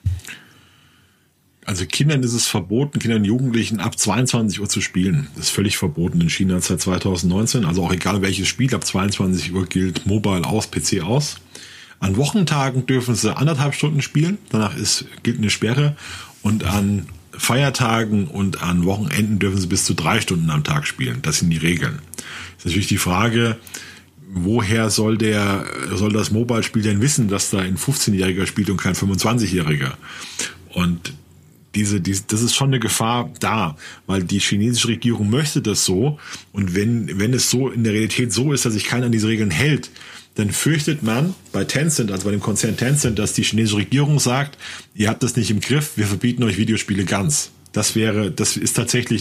Speaker 2: Also Kindern ist es verboten, Kindern und Jugendlichen ab 22 Uhr zu spielen. Das ist völlig verboten in China seit 2019. Also auch egal welches Spiel, ab 22 Uhr gilt Mobile aus, PC aus. An Wochentagen dürfen sie 1,5 Stunden spielen. Danach gilt eine Sperre. Und an Feiertagen und an Wochenenden dürfen sie bis zu 3 Stunden am Tag spielen. Das sind die Regeln. Das ist natürlich die Frage, woher soll das Mobile-Spiel denn wissen, dass da ein 15-Jähriger spielt und kein 25-Jähriger? Und das ist schon eine Gefahr da, weil die chinesische Regierung möchte das so. Und wenn es so in der Realität so ist, dass sich keiner an diese Regeln hält, dann fürchtet man bei Tencent, also bei dem Konzern Tencent, dass die chinesische Regierung sagt, ihr habt das nicht im Griff, wir verbieten euch Videospiele ganz. Das ist tatsächlich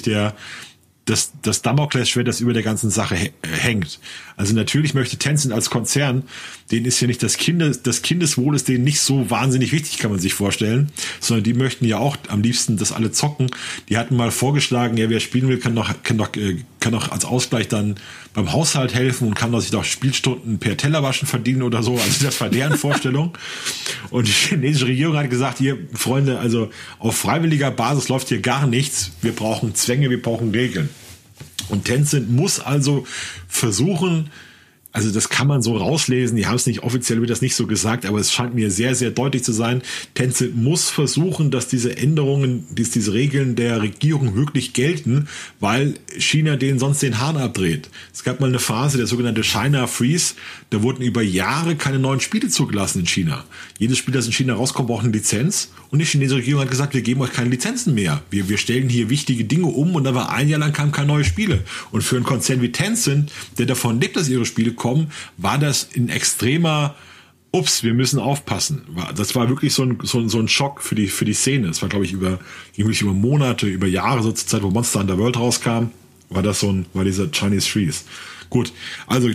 Speaker 2: das Damoklesschwert, das über der ganzen Sache hängt. Also natürlich möchte Tencent als Konzern, denen ist ja nicht das Kindeswohl ist denen nicht so wahnsinnig wichtig, kann man sich vorstellen, sondern die möchten ja auch am liebsten, dass alle zocken. Die hatten mal vorgeschlagen, ja, wer spielen will, kann doch als Ausgleich dann beim Haushalt helfen und kann doch sich doch Spielstunden per Tellerwaschen verdienen oder so. Also das war deren Vorstellung. Und die chinesische Regierung hat gesagt, hier, Freunde, also auf freiwilliger Basis läuft hier gar nichts. Wir brauchen Zwänge, wir brauchen Regeln. Und Tencent muss also versuchen, also das kann man so rauslesen, die haben es nicht offiziell, wird das nicht so gesagt, aber es scheint mir sehr, sehr deutlich zu sein, Tencent muss versuchen, dass diese Änderungen, diese Regeln der Regierung wirklich gelten, weil China denen sonst den Hahn abdreht. Es gab mal eine Phase, der sogenannte China Freeze, da wurden über Jahre keine neuen Spiele zugelassen in China. Jedes Spiel, das in China rauskommt, braucht eine Lizenz und die chinesische Regierung hat gesagt, wir geben euch keine Lizenzen mehr. Wir stellen hier wichtige Dinge um und da war ein Jahr lang kamen keine neuen Spiele. Und für einen Konzern wie Tencent, der davon lebt, dass ihre Spiele kommen, war das ein extremer wir müssen aufpassen. Das war wirklich so ein Schock für die Szene. Das war, glaube ich, über Monate, über Jahre, so zur Zeit, wo Monster Hunter World rauskam, war dieser Chinese Freeze. Gut, also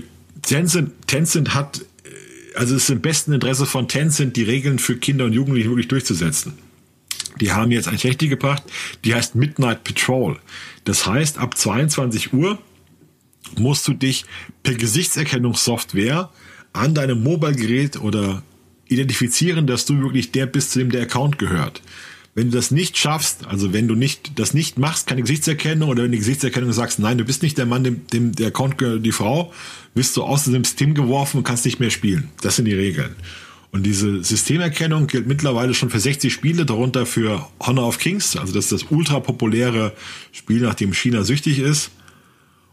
Speaker 2: Tencent hat, also es ist im besten Interesse von Tencent, die Regeln für Kinder und Jugendliche wirklich durchzusetzen. Die haben jetzt eine Technik gebracht, die heißt Midnight Patrol. Das heißt, ab 22 Uhr musst du dich per Gesichtserkennungssoftware an deinem Mobile-Gerät oder identifizieren, dass du wirklich der bist, zu dem der Account gehört. Wenn du das nicht schaffst, also wenn du das nicht machst, keine Gesichtserkennung, oder wenn die Gesichtserkennung sagst, nein, du bist nicht der Mann, dem der Account gehört, die Frau, wirst du aus dem System geworfen und kannst nicht mehr spielen. Das sind die Regeln. Und diese Systemerkennung gilt mittlerweile schon für 60 Spiele, darunter für Honor of Kings, also das ist das ultra populäre Spiel, nach dem China süchtig ist.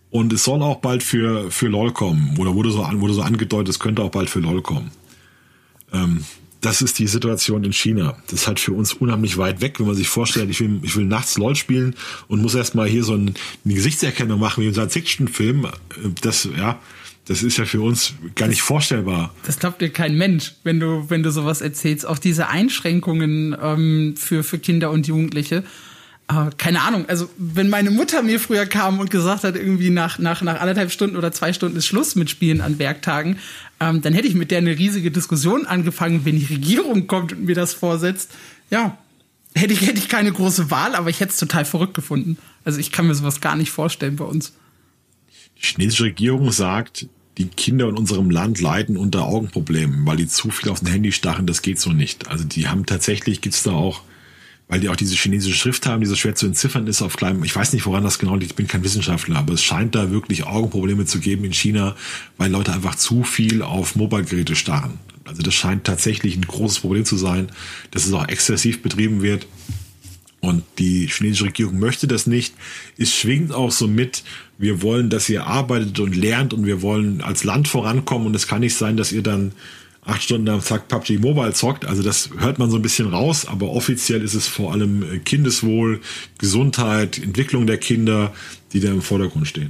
Speaker 2: Und es soll auch bald für LOL kommen. Oder wurde so angedeutet, es könnte auch bald für LOL kommen. Das ist die Situation in China. Das ist halt für uns unheimlich weit weg, wenn man sich vorstellt, ich will nachts LOL spielen und muss erstmal hier so eine Gesichtserkennung machen wie in einem Science-Fiction-Film. Das ist ja für uns gar nicht vorstellbar.
Speaker 1: Das glaubt dir kein Mensch, wenn du sowas erzählst. Auch diese Einschränkungen für Kinder und Jugendliche. Keine Ahnung, also wenn meine Mutter mir früher kam und gesagt hat, irgendwie nach 1,5 Stunden oder 2 Stunden ist Schluss mit Spielen an Werktagen, dann hätte ich mit der eine riesige Diskussion angefangen, wenn die Regierung kommt und mir das vorsetzt. Ja, hätte ich keine große Wahl, aber ich hätte es total verrückt gefunden. Also ich kann mir sowas gar nicht vorstellen bei uns.
Speaker 2: Die chinesische Regierung sagt, die Kinder in unserem Land leiden unter Augenproblemen, weil die zu viel auf den Handy starren, das geht so nicht. Also die haben tatsächlich, gibt's da auch, weil die auch diese chinesische Schrift haben, die so schwer zu entziffern ist auf kleinem, ich weiß nicht, woran das genau liegt, ich bin kein Wissenschaftler, aber es scheint da wirklich Augenprobleme zu geben in China, weil Leute einfach zu viel auf Mobile-Geräte starren. Also das scheint tatsächlich ein großes Problem zu sein, dass es auch exzessiv betrieben wird. Und die chinesische Regierung möchte das nicht. Es schwingt auch so mit, wir wollen, dass ihr arbeitet und lernt und wir wollen als Land vorankommen und es kann nicht sein, dass ihr dann 8 Stunden am Tag PUBG Mobile zockt. Also das hört man so ein bisschen raus, aber offiziell ist es vor allem Kindeswohl, Gesundheit, Entwicklung der Kinder, die da im Vordergrund stehen.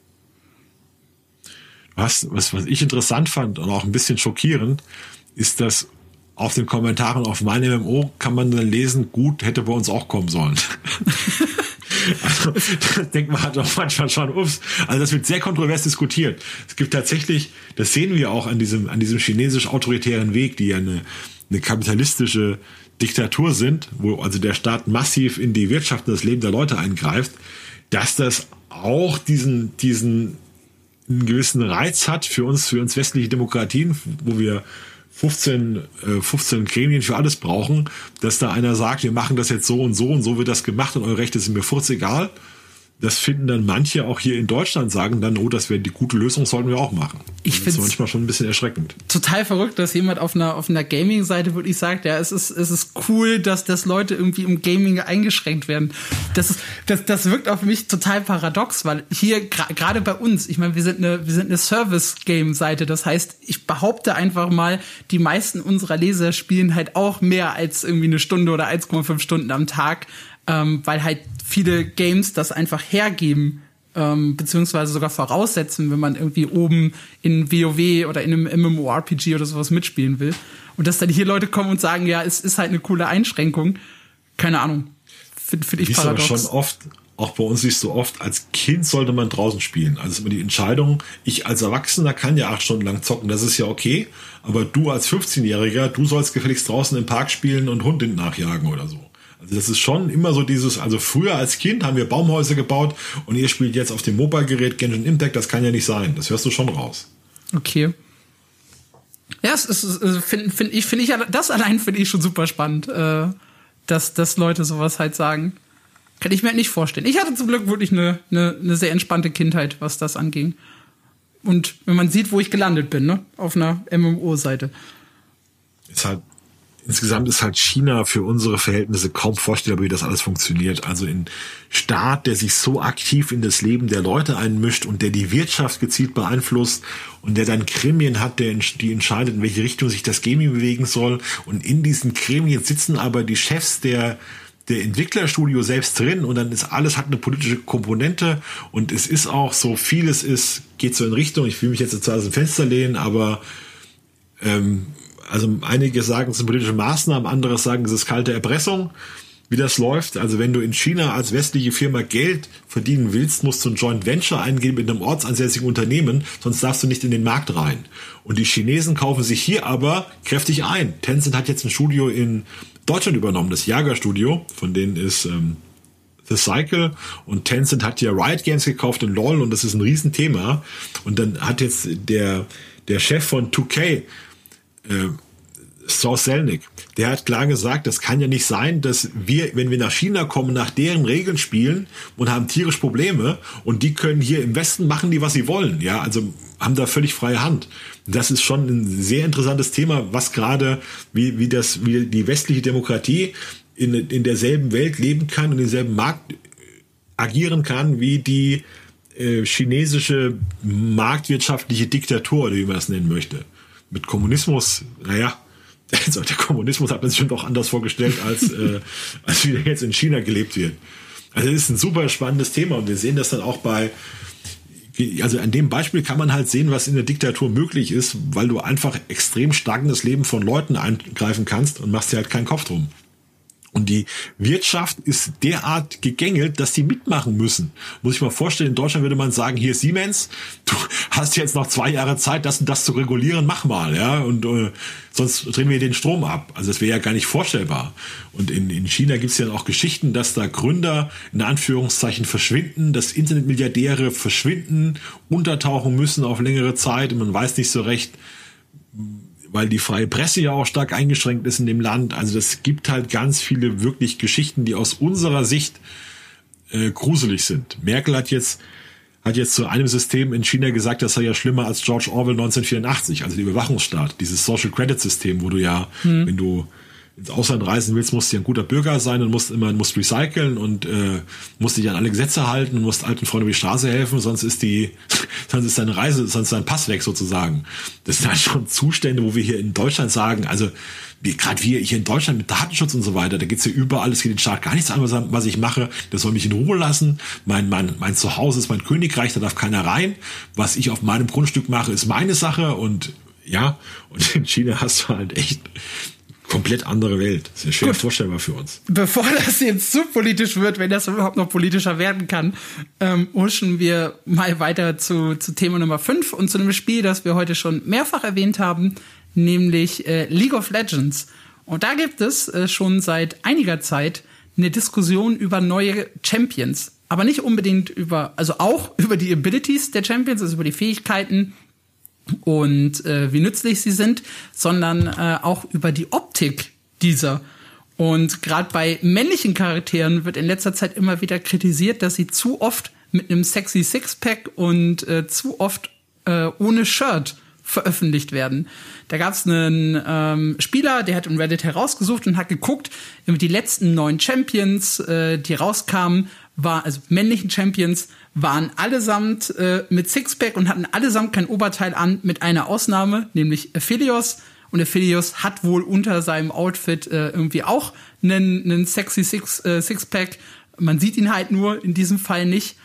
Speaker 2: Was ich interessant fand und auch ein bisschen schockierend, ist, dass auf den Kommentaren auf mein MMO kann man dann lesen, gut, hätte bei uns auch kommen sollen. Also, das denkt man halt auch manchmal schon, ups. Also das wird sehr kontrovers diskutiert. Es gibt tatsächlich, das sehen wir auch an diesem chinesisch-autoritären Weg, die ja eine kapitalistische Diktatur sind, wo also der Staat massiv in die Wirtschaft und das Leben der Leute eingreift, dass das auch diesen einen gewissen Reiz hat für uns westliche Demokratien, wo wir 15 Gremien für alles brauchen, dass da einer sagt, wir machen das jetzt so und so wird das gemacht und eure Rechte sind mir furzegal. Das finden dann manche auch hier in Deutschland, sagen dann, oh, das wäre die gute Lösung, sollten wir auch machen.
Speaker 1: Ich finde es
Speaker 2: manchmal schon ein bisschen erschreckend.
Speaker 1: Total verrückt, dass jemand auf einer Gaming-Seite wirklich sagt, ja, es ist cool, dass Leute irgendwie im Gaming eingeschränkt werden. Das wirkt auf mich total paradox, weil hier gerade bei uns, ich meine, wir sind eine Service-Game-Seite, das heißt, ich behaupte einfach mal, die meisten unserer Leser spielen halt auch mehr als irgendwie 1 Stunde oder 1,5 Stunden am Tag, weil halt viele Games das einfach hergeben, beziehungsweise sogar voraussetzen, wenn man irgendwie oben in WoW oder in einem MMORPG oder sowas mitspielen will. Und dass dann hier Leute kommen und sagen, ja, es ist halt eine coole Einschränkung. Keine Ahnung. Find ich paradox.
Speaker 2: Aber schon oft, auch bei uns siehst du oft, als Kind sollte man draußen spielen. Also ist immer die Entscheidung, ich als Erwachsener kann ja 8 Stunden lang zocken, das ist ja okay. Aber du als 15-Jähriger, du sollst gefälligst draußen im Park spielen und Hund nachjagen oder so. Also das ist schon immer so dieses, also früher als Kind haben wir Baumhäuser gebaut und ihr spielt jetzt auf dem Mobile-Gerät Genshin Impact, das kann ja nicht sein. Das hörst du schon raus.
Speaker 1: Okay. Ja, finde ich das allein finde ich schon super spannend, dass Leute sowas halt sagen. Kann ich mir halt nicht vorstellen. Ich hatte zum Glück wirklich eine sehr entspannte Kindheit, was das anging. Und wenn man sieht, wo ich gelandet bin, ne, auf einer MMO-Seite.
Speaker 2: Insgesamt ist halt China für unsere Verhältnisse kaum vorstellbar, wie das alles funktioniert. Also ein Staat, der sich so aktiv in das Leben der Leute einmischt und der die Wirtschaft gezielt beeinflusst und der dann Gremien hat, die entscheidet, in welche Richtung sich das Gaming bewegen soll. Und in diesen Gremien sitzen aber die Chefs der Entwicklerstudio selbst drin und dann ist alles, hat eine politische Komponente und es ist auch so, geht so in Richtung, ich will mich jetzt aus dem Fenster lehnen, aber also einige sagen, es sind politische Maßnahmen, andere sagen, es ist kalte Erpressung, wie das läuft. Also wenn du in China als westliche Firma Geld verdienen willst, musst du ein Joint Venture eingehen mit einem ortsansässigen Unternehmen, sonst darfst du nicht in den Markt rein. Und die Chinesen kaufen sich hier aber kräftig ein. Tencent hat jetzt ein Studio in Deutschland übernommen, das Jager-Studio, von denen ist The Cycle, und Tencent hat ja Riot Games gekauft und LOL und das ist ein Riesenthema. Und dann hat jetzt der Chef von 2K, Strauss Zelnick, der hat klar gesagt, das kann ja nicht sein, dass wir, wenn wir nach China kommen, nach deren Regeln spielen und haben tierisch Probleme und die können hier im Westen machen, was sie wollen, ja, also haben da völlig freie Hand. Das ist schon ein sehr interessantes Thema, was gerade, wie die westliche Demokratie in derselben Welt leben kann und in denselben Markt agieren kann, wie die chinesische marktwirtschaftliche Diktatur, oder wie man das nennen möchte. Mit Kommunismus, naja, also der Kommunismus hat man sich schon doch anders vorgestellt, als wie der jetzt in China gelebt wird. Also das ist ein super spannendes Thema und wir sehen das dann auch also an dem Beispiel kann man halt sehen, was in der Diktatur möglich ist, weil du einfach extrem stark in das Leben von Leuten eingreifen kannst und machst dir halt keinen Kopf drum. Und die Wirtschaft ist derart gegängelt, dass die mitmachen müssen. Muss ich mal vorstellen, in Deutschland würde man sagen, hier Siemens, du hast jetzt noch 2 Jahre Zeit, das und das zu regulieren, mach mal, ja, und sonst drehen wir den Strom ab. Also das wäre ja gar nicht vorstellbar. Und in China gibt es ja auch Geschichten, dass da Gründer in Anführungszeichen verschwinden, dass Internetmilliardäre verschwinden, untertauchen müssen auf längere Zeit und man weiß nicht so recht, weil die freie Presse ja auch stark eingeschränkt ist in dem Land. Also das gibt halt ganz viele wirklich Geschichten, die aus unserer Sicht gruselig sind. Merkel hat jetzt zu einem System in China gesagt, das sei ja schlimmer als George Orwell 1984, also der Überwachungsstaat, dieses Social Credit System, wo du ja, wenn du ins Ausland reisen willst, musst du ja ein guter Bürger sein und musst recyceln und musst dich an alle Gesetze halten und musst alten Freunden über die Straße helfen, sonst ist dein Pass weg sozusagen. Das sind halt schon Zustände, wo wir hier in Deutschland sagen, also gerade wir hier in Deutschland mit Datenschutz und so weiter, da geht's ja überall, es geht den Staat gar nichts an, was ich mache, das soll mich in Ruhe lassen, mein Zuhause ist mein Königreich, da darf keiner rein, was ich auf meinem Grundstück mache, ist meine Sache und ja, und in China hast du halt echt komplett andere Welt. Das ist ja schwer vorstellbar für uns.
Speaker 1: Bevor das jetzt zu politisch wird, wenn das überhaupt noch politischer werden kann, huschen wir mal weiter zu Thema Nummer 5 und zu einem Spiel, das wir heute schon mehrfach erwähnt haben, nämlich League of Legends. Und da gibt es schon seit einiger Zeit eine Diskussion über neue Champions. Aber nicht unbedingt auch über die Abilities der Champions, also über die Fähigkeiten und wie nützlich sie sind, sondern auch über die Optik dieser. Und gerade bei männlichen Charakteren wird in letzter Zeit immer wieder kritisiert, dass sie zu oft mit einem sexy Sixpack und zu oft ohne Shirt veröffentlicht werden. Da gab es einen Spieler, der hat im Reddit herausgesucht und hat geguckt, die letzten 9 Champions, die rauskamen, also männlichen Champions, waren allesamt mit Sixpack und hatten allesamt kein Oberteil an, mit einer Ausnahme, nämlich Aphelios. Und Aphelios hat wohl unter seinem Outfit irgendwie auch einen sexy Sixpack. Man sieht ihn halt nur in diesem Fall nicht.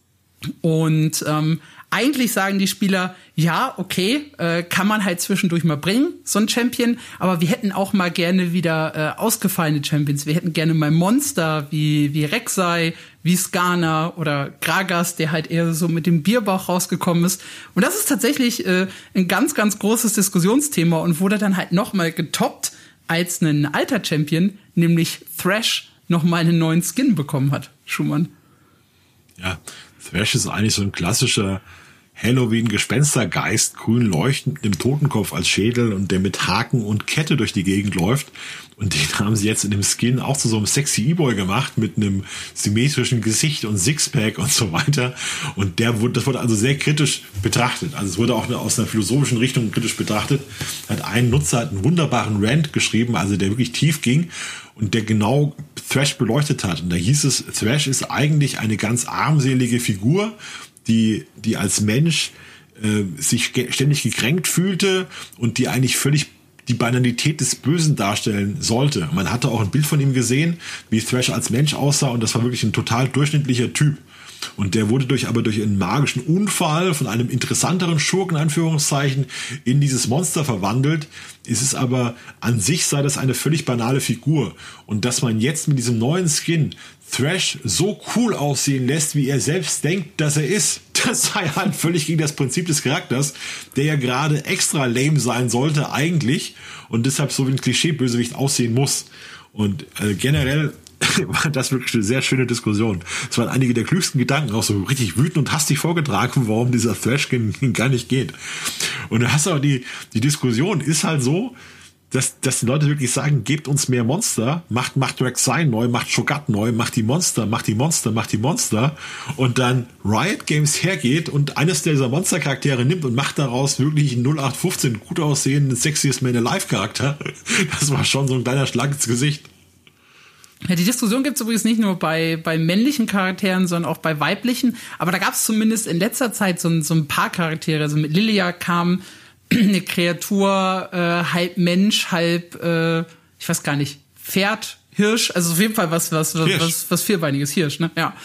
Speaker 1: Und eigentlich sagen die Spieler, ja, okay, kann man halt zwischendurch mal bringen, so ein Champion, aber wir hätten auch mal gerne wieder ausgefallene Champions. Wir hätten gerne mal Monster wie Rek'Sai, wie Skarner oder Gragas, der halt eher so mit dem Bierbauch rausgekommen ist. Und das ist tatsächlich ein ganz, ganz großes Diskussionsthema und wurde dann halt noch mal getoppt, als ein alter Champion, nämlich Thresh, noch mal einen neuen Skin bekommen hat, Schumann.
Speaker 2: Ja, Thresh ist eigentlich so ein klassischer Halloween-Gespenstergeist, grün leuchtend mit einem Totenkopf als Schädel und der mit Haken und Kette durch die Gegend läuft. Und den haben sie jetzt in dem Skin auch zu so einem sexy E-Boy gemacht mit einem symmetrischen Gesicht und Sixpack und so weiter. Und das wurde also sehr kritisch betrachtet. Also es wurde auch aus einer philosophischen Richtung kritisch betrachtet. Ein Nutzer hat einen wunderbaren Rant geschrieben, also der wirklich tief ging und der genau Thresh beleuchtet hat. Und da hieß es, Thresh ist eigentlich eine ganz armselige Figur, die als Mensch sich ständig gekränkt fühlte und die eigentlich völlig die Banalität des Bösen darstellen sollte. Man hatte auch ein Bild von ihm gesehen, wie Thresh als Mensch aussah und das war wirklich ein total durchschnittlicher Typ. Und der wurde durch einen magischen Unfall von einem interessanteren Schurken, in Anführungszeichen, in dieses Monster verwandelt. Es ist aber an sich sei das eine völlig banale Figur. Und dass man jetzt mit diesem neuen Skin Thresh so cool aussehen lässt, wie er selbst denkt, dass er ist, das sei halt völlig gegen das Prinzip des Charakters, der ja gerade extra lame sein sollte eigentlich und deshalb so wie ein Klischee-Bösewicht aussehen muss. Und generell war das wirklich eine sehr schöne Diskussion. Es waren einige der klügsten Gedanken, auch so richtig wütend und hastig vorgetragen, warum dieser Thresh-Skin gar nicht geht. Und du hast auch die Diskussion ist halt so, dass die Leute wirklich sagen, gebt uns mehr Monster, macht Rek'Sai neu, macht Shogat neu, macht die Monster. Und dann Riot Games hergeht und eines dieser Monstercharaktere nimmt und macht daraus wirklich einen 0815 gut aussehenden Sexiest Man Alive Charakter. Das war schon so ein kleiner Schlag ins Gesicht.
Speaker 1: Ja, die Diskussion gibt es übrigens nicht nur bei männlichen Charakteren, sondern auch bei weiblichen. Aber da gab es zumindest in letzter Zeit so ein paar Charaktere. Also mit Lilia kam eine Kreatur, halb Mensch, halb, ich weiß gar nicht, Pferd, Hirsch. Also auf jeden Fall was vierbeiniges, Hirsch, ne? Ja.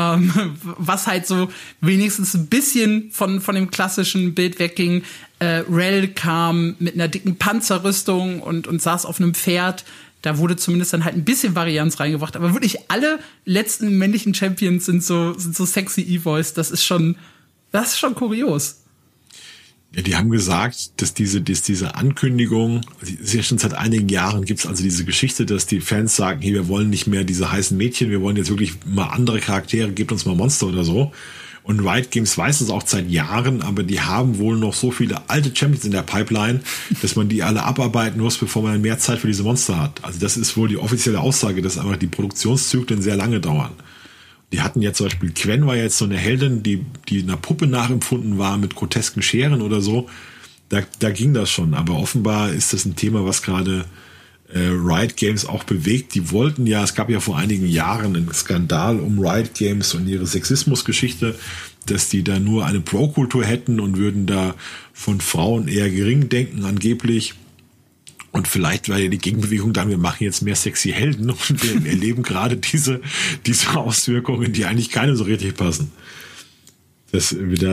Speaker 1: Was halt so wenigstens ein bisschen von dem klassischen Bild wegging. Rel kam mit einer dicken Panzerrüstung und saß auf einem Pferd. Da wurde zumindest dann halt ein bisschen Varianz reingebracht. Aber wirklich alle letzten männlichen Champions sind so sexy E-Voice. Das ist schon kurios.
Speaker 2: Ja, die haben gesagt, dass diese Ankündigung, ist ja schon seit einigen Jahren, gibt's also diese Geschichte, dass die Fans sagen, hey, wir wollen nicht mehr diese heißen Mädchen, wir wollen jetzt wirklich mal andere Charaktere, gebt uns mal Monster oder so. Und Riot Games weiß es auch seit Jahren, aber die haben wohl noch so viele alte Champions in der Pipeline, dass man die alle abarbeiten muss, bevor man mehr Zeit für diese Monster hat. Also das ist wohl die offizielle Aussage, dass einfach die Produktionszyklen sehr lange dauern. Die hatten jetzt zum Beispiel, Quen war jetzt so eine Heldin, die einer Puppe nachempfunden war mit grotesken Scheren oder so. Da ging das schon, aber offenbar ist das ein Thema, was gerade Riot Games auch bewegt. Die wollten ja, es gab ja vor einigen Jahren einen Skandal um Riot Games und ihre Sexismusgeschichte, dass die da nur eine Pro-Kultur hätten und würden da von Frauen eher gering denken angeblich. Und vielleicht war ja die Gegenbewegung dann, wir machen jetzt mehr sexy Helden und wir erleben gerade diese Auswirkungen, die eigentlich keine so richtig passen. Dass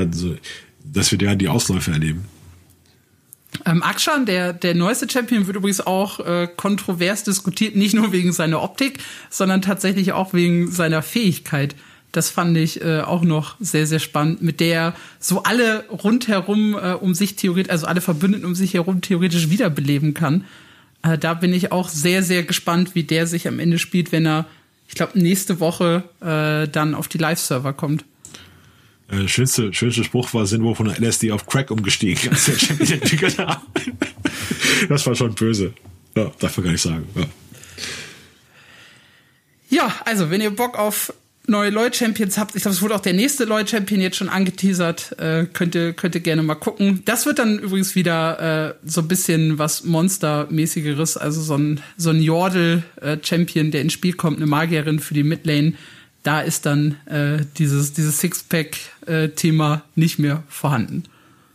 Speaker 2: wir da die Ausläufe erleben.
Speaker 1: Akshan, der neueste Champion, wird übrigens auch kontrovers diskutiert, nicht nur wegen seiner Optik, sondern tatsächlich auch wegen seiner Fähigkeit. Das fand ich auch noch sehr, sehr spannend, mit der so alle rundherum also alle Verbündeten um sich herum theoretisch wiederbeleben kann. Da bin ich auch sehr, sehr gespannt, wie der sich am Ende spielt, wenn er, ich glaube, nächste Woche dann auf die Live-Server kommt.
Speaker 2: Schönste Spruch war, sind wohl von der LSD auf Crack umgestiegen, als der Champion entwickelt hat. Das war schon böse. Ja, darf man gar nicht sagen.
Speaker 1: Ja, also, wenn ihr Bock auf neue LoL-Champions habt, ich glaube, es wurde auch der nächste LoL-Champion jetzt schon angeteasert, könnt ihr gerne mal gucken. Das wird dann übrigens wieder so ein bisschen was Monster-mäßigeres, also so ein Yordle-Champion, der ins Spiel kommt, eine Magierin für die Midlane. Da ist dann dieses Sixpack-Thema nicht mehr vorhanden.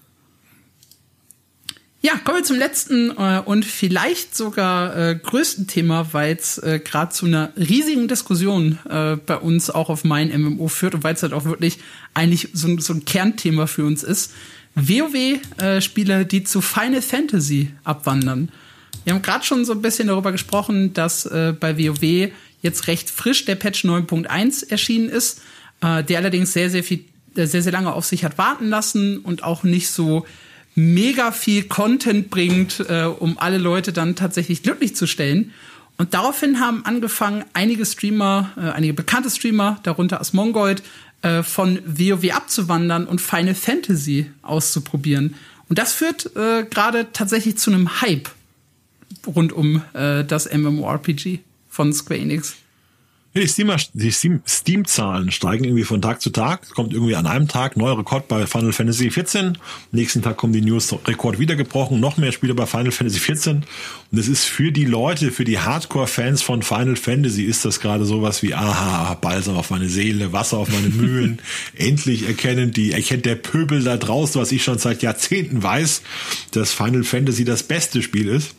Speaker 1: Ja, kommen wir zum letzten und vielleicht sogar größten Thema, weil es gerade zu einer riesigen Diskussion bei uns auch auf mein MMO führt und weil es halt auch wirklich eigentlich so ein Kernthema für uns ist. WoW-Spieler, die zu Final Fantasy abwandern. Wir haben gerade schon so ein bisschen darüber gesprochen, dass bei WoW jetzt recht frisch der Patch 9.1 erschienen ist, der allerdings sehr, sehr lange auf sich hat warten lassen und auch nicht so mega viel Content bringt, um alle Leute dann tatsächlich glücklich zu stellen. Und daraufhin haben angefangen, einige bekannte Streamer, darunter Asmongold, von WoW abzuwandern und Final Fantasy auszuprobieren. Und das führt gerade tatsächlich zu einem Hype rund um das MMORPG von Square Enix.
Speaker 2: Die Steam-Zahlen steigen irgendwie von Tag zu Tag. Es kommt irgendwie an einem Tag neuer Rekord bei Final Fantasy 14. Nächsten Tag kommen die News, Rekord wieder gebrochen. Noch mehr Spieler bei Final Fantasy 14. Und es ist für die Leute, für die Hardcore-Fans von Final Fantasy ist das gerade sowas wie, aha, Balsam auf meine Seele, Wasser auf meine Mühlen. Endlich erkennt der Pöbel da draußen, was ich schon seit Jahrzehnten weiß, dass Final Fantasy das beste Spiel ist.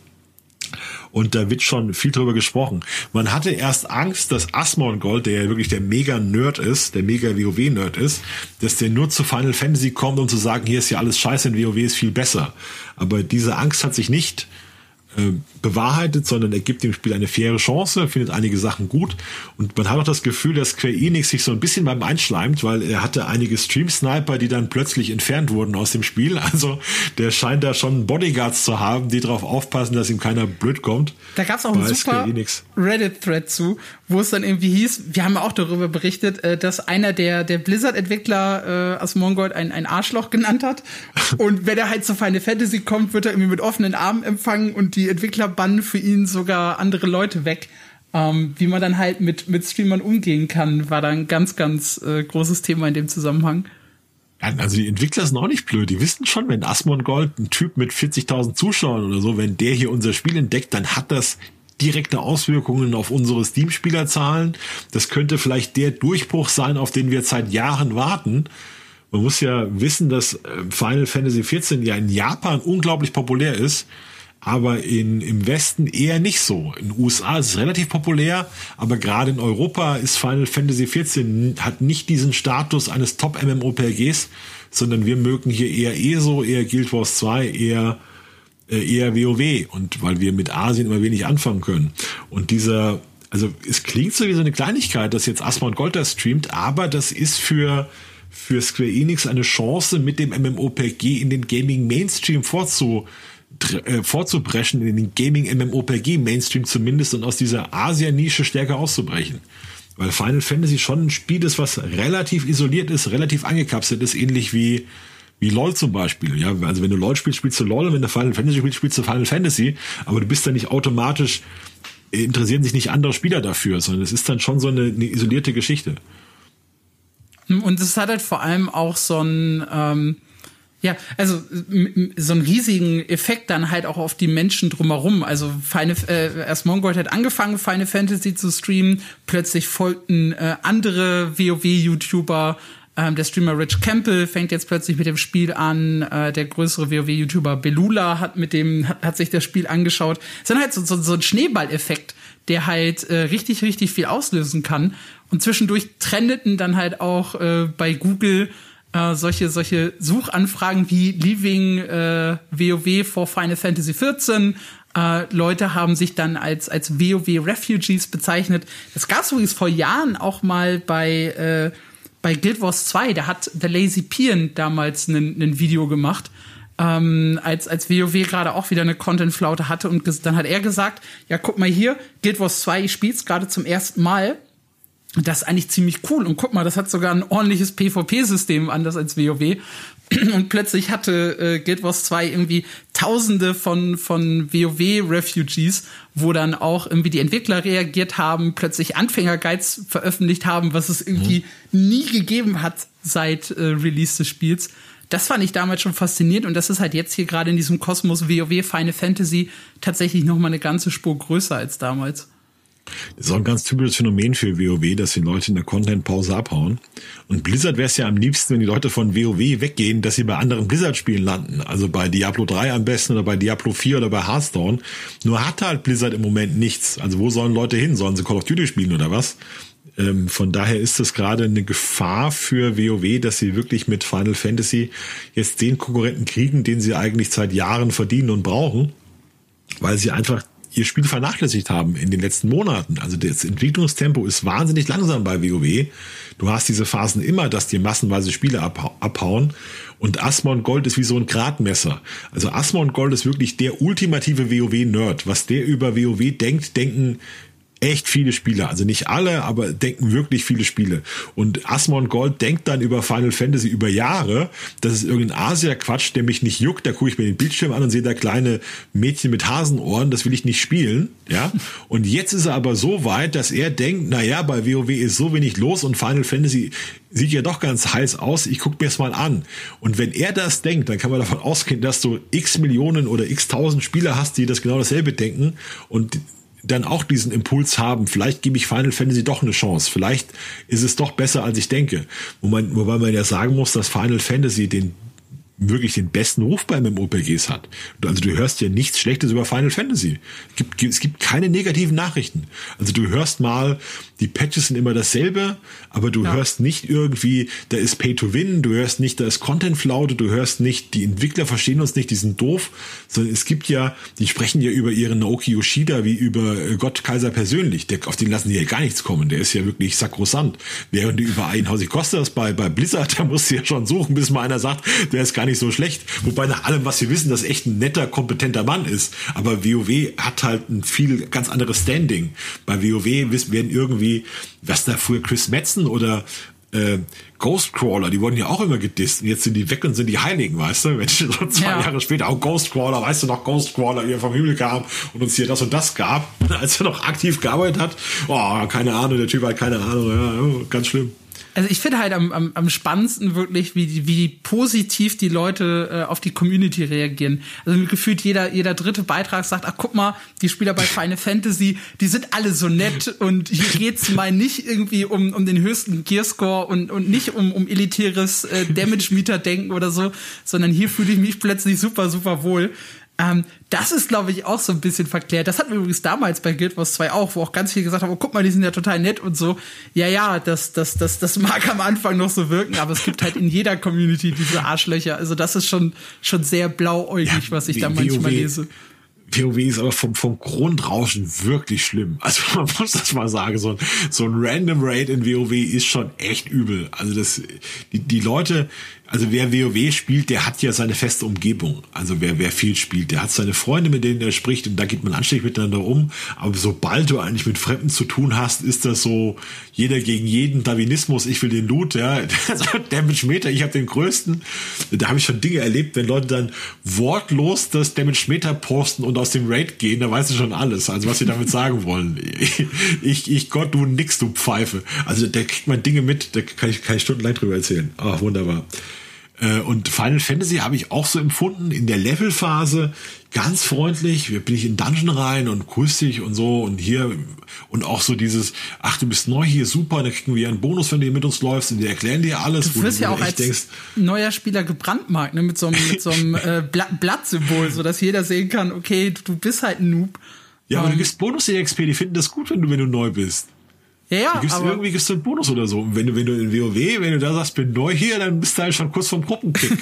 Speaker 2: Und da wird schon viel drüber gesprochen. Man hatte erst Angst, dass Asmongold, der ja wirklich der Mega-Nerd ist, der Mega-WoW-Nerd ist, dass der nur zu Final Fantasy kommt, um zu sagen, hier ist ja alles scheiße und WoW ist viel besser. Aber diese Angst hat sich nicht bewahrheitet, sondern er gibt dem Spiel eine faire Chance, findet einige Sachen gut und man hat auch das Gefühl, dass Square Enix sich so ein bisschen beim einschleimt, weil er hatte einige Stream-Sniper, die dann plötzlich entfernt wurden aus dem Spiel, also der scheint da schon Bodyguards zu haben, die darauf aufpassen, dass ihm keiner blöd kommt.
Speaker 1: Da gab es auch einen super Reddit-Thread zu, wo es dann irgendwie hieß, wir haben auch darüber berichtet, dass einer der Blizzard-Entwickler Asmongold ein Arschloch genannt hat und wenn er halt zu Final Fantasy kommt, wird er irgendwie mit offenen Armen empfangen und die Entwickler bannen für ihn sogar andere Leute weg. Wie man dann halt mit Streamern umgehen kann, war da ein ganz, ganz großes Thema in dem Zusammenhang.
Speaker 2: Ja, also die Entwickler sind auch nicht blöd. Die wissen schon, wenn Asmongold, ein Typ mit 40.000 Zuschauern oder so, wenn der hier unser Spiel entdeckt, dann hat das direkte Auswirkungen auf unsere Steam-Spielerzahlen. Das könnte vielleicht der Durchbruch sein, auf den wir seit Jahren warten. Man muss ja wissen, dass Final Fantasy XIV ja in Japan unglaublich populär ist, aber im Westen eher nicht so. In den USA ist es relativ populär, aber gerade in Europa ist Final Fantasy XIV hat nicht diesen Status eines Top-MMORPGs, sondern wir mögen hier eher ESO, eher Guild Wars 2, eher WoW, und weil wir mit Asien immer wenig anfangen können. Und also es klingt so wie so eine Kleinigkeit, dass jetzt Asmon Gold das streamt, aber das ist für Square Enix eine Chance, mit dem MMORPG in den Gaming Mainstream vorzubrechen, in den Gaming MMORPG Mainstream zumindest, und aus dieser Asia-Nische stärker auszubrechen. Weil Final Fantasy schon ein Spiel ist, was relativ isoliert ist, relativ angekapselt ist, ähnlich wie LoL zum Beispiel. Ja, also wenn du LoL spielst, spielst du LoL, und wenn du Final Fantasy spielst, spielst du Final Fantasy, aber du bist dann nicht automatisch, interessieren sich nicht andere Spieler dafür, sondern es ist dann schon so eine isolierte Geschichte.
Speaker 1: Und es hat halt vor allem auch so ein, so einen riesigen Effekt dann halt auch auf die Menschen drumherum. Also erst Mongold hat angefangen, Final Fantasy zu streamen, plötzlich folgten andere WoW-YouTuber. Der Streamer Rich Campbell fängt jetzt plötzlich mit dem Spiel an. Der größere WoW-YouTuber Belula hat sich das Spiel angeschaut. Es ist dann halt so ein Schneeballeffekt, der halt richtig, richtig viel auslösen kann. Und zwischendurch trendeten dann halt auch bei Google solche Suchanfragen wie Leaving WoW for Final Fantasy XIV. Leute haben sich dann als WoW Refugees bezeichnet. Das gab es übrigens vor Jahren auch mal bei Guild Wars 2. Da hat The Lazy Pian damals ein Video gemacht, als WoW gerade auch wieder eine Content-Flaute hatte. Und dann hat er gesagt, ja, guck mal hier, Guild Wars 2, ich spiel's gerade zum ersten Mal. Das ist eigentlich ziemlich cool. Und guck mal, das hat sogar ein ordentliches PvP-System, anders als WoW. Und plötzlich hatte Guild Wars 2 irgendwie Tausende von WoW-Refugees, wo dann auch irgendwie die Entwickler reagiert haben, plötzlich Anfänger-Guides veröffentlicht haben, was es irgendwie nie gegeben hat seit Release des Spiels. Das fand ich damals schon faszinierend, und das ist halt jetzt hier gerade in diesem Kosmos WoW Final Fantasy tatsächlich noch mal eine ganze Spur größer als damals.
Speaker 2: Das ist auch ein ganz typisches Phänomen für WoW, dass die Leute in der Content-Pause abhauen. Und Blizzard wäre es ja am liebsten, wenn die Leute von WoW weggehen, dass sie bei anderen Blizzard-Spielen landen. Also bei Diablo 3 am besten oder bei Diablo 4 oder bei Hearthstone. Nur hat halt Blizzard im Moment nichts. Also wo sollen Leute hin? Sollen sie Call of Duty spielen oder was? Von daher ist es gerade eine Gefahr für WoW, dass sie wirklich mit Final Fantasy jetzt den Konkurrenten kriegen, den sie eigentlich seit Jahren verdienen und brauchen, weil sie einfach ihr Spiel vernachlässigt haben in den letzten Monaten. Also das Entwicklungstempo ist wahnsinnig langsam bei WoW. Du hast diese Phasen immer, dass dir massenweise Spiele abhauen. Und Asmon Gold ist wie so ein Gradmesser. Also Asmon Gold ist wirklich der ultimative WoW-Nerd. Was der über WoW denkt, denken echt viele Spieler, also nicht alle, aber denken wirklich viele Spiele. Und Asmon Gold denkt dann über Final Fantasy über Jahre, das ist irgendein Asia-Quatsch, der mich nicht juckt, da gucke ich mir den Bildschirm an und sehe da kleine Mädchen mit Hasenohren, das will ich nicht spielen, ja. Und jetzt ist er aber so weit, dass er denkt, naja, bei WoW ist so wenig los und Final Fantasy sieht ja doch ganz heiß aus, ich gucke mir es mal an. Und wenn er das denkt, dann kann man davon ausgehen, dass du x Millionen oder x tausend Spieler hast, die das genau dasselbe denken und dann auch diesen Impuls haben, vielleicht gebe ich Final Fantasy doch eine Chance, vielleicht ist es doch besser, als ich denke. Wobei man ja sagen muss, dass Final Fantasy wirklich den besten Ruf bei MMORPGs hat. Also du hörst ja nichts Schlechtes über Final Fantasy. Es gibt keine negativen Nachrichten. Also du hörst mal, die Patches sind immer dasselbe, aber du hörst nicht irgendwie, da ist Pay to Win, du hörst nicht, da ist Content-Flaute, du hörst nicht, die Entwickler verstehen uns nicht, die sind doof, sondern es gibt ja, die sprechen ja über ihren Naoki Yoshida wie über Gott Kaiser persönlich. Auf den lassen die ja gar nichts kommen. Der ist ja wirklich sakrosant. Während die über Einhausi kostet das bei Blizzard, da musst du ja schon suchen, bis mal einer sagt, der ist gar nicht so schlecht. Wobei nach allem, was wir wissen, das echt ein netter, kompetenter Mann ist. Aber WoW hat halt ein viel ganz anderes Standing. Bei WoW werden irgendwie, was da früher Chris Metzen oder Ghostcrawler, die wurden ja auch immer gedisst. Und jetzt sind die weg und sind die Heiligen, weißt du? Wenn ich so 2 Jahre später, auch Ghostcrawler, weißt du noch, Ghostcrawler, wie er vom Himmel kam und uns hier das und das gab, als er noch aktiv gearbeitet hat. Oh, keine Ahnung, der Typ hat keine Ahnung, ja, ganz schlimm.
Speaker 1: Also ich finde halt am spannendsten wirklich, wie positiv die Leute auf die Community reagieren. Also gefühlt jeder dritte Beitrag sagt, ach guck mal, die Spieler bei Final Fantasy, die sind alle so nett und hier geht's mal nicht irgendwie um den höchsten Gearscore und nicht um elitäres Damage-Meter-Denken oder so, sondern hier fühle ich mich plötzlich super, super wohl. Das ist, glaube ich, auch so ein bisschen verklärt. Das hatten wir übrigens damals bei Guild Wars 2 auch, wo auch ganz viele gesagt haben, oh, guck mal, die sind ja total nett und so. Ja, das mag am Anfang noch so wirken, aber es gibt halt in jeder Community diese Arschlöcher. Also das ist schon sehr blauäugig, was ich da manchmal lese.
Speaker 2: WoW ist aber vom Grundrauschen wirklich schlimm. Also man muss das mal sagen, so ein Random Raid in WoW ist schon echt übel. Also die Leute, also wer WoW spielt, der hat ja seine feste Umgebung. Also wer viel spielt, der hat seine Freunde, mit denen er spricht und da geht man anständig miteinander um. Aber sobald du eigentlich mit Fremden zu tun hast, ist das so jeder gegen jeden Darwinismus, ich will den Loot, ja. Damage Meter, ich habe den größten. Da habe ich schon Dinge erlebt, wenn Leute dann wortlos das Damage Meter posten und aus dem Raid gehen, da weißt du schon alles, also was sie damit sagen wollen. Ich Gott, du nix, du Pfeife. Also da kriegt man Dinge mit, da kann ich stundenlang drüber erzählen. Ah, wunderbar. Und Final Fantasy habe ich auch so empfunden, in der Levelphase ganz freundlich, bin ich in Dungeon rein und grüß dich und so und hier und auch so dieses, ach, du bist neu hier, super, dann kriegen wir einen Bonus, wenn du hier mit uns läufst und die erklären dir alles.
Speaker 1: Du wirst ja auch als neuer Spieler gebrandmarkt, ne, mit so einem Blattsymbol, so dass jeder sehen kann, okay, du bist halt ein Noob.
Speaker 2: Ja, aber du gibst Bonus-EXP, die finden das gut, wenn du neu bist.
Speaker 1: Ja,
Speaker 2: irgendwie gibst du einen Bonus oder so. Und wenn du in WoW, wenn du da sagst, bin neu hier, dann bist du halt schon kurz vorm Gruppenkick.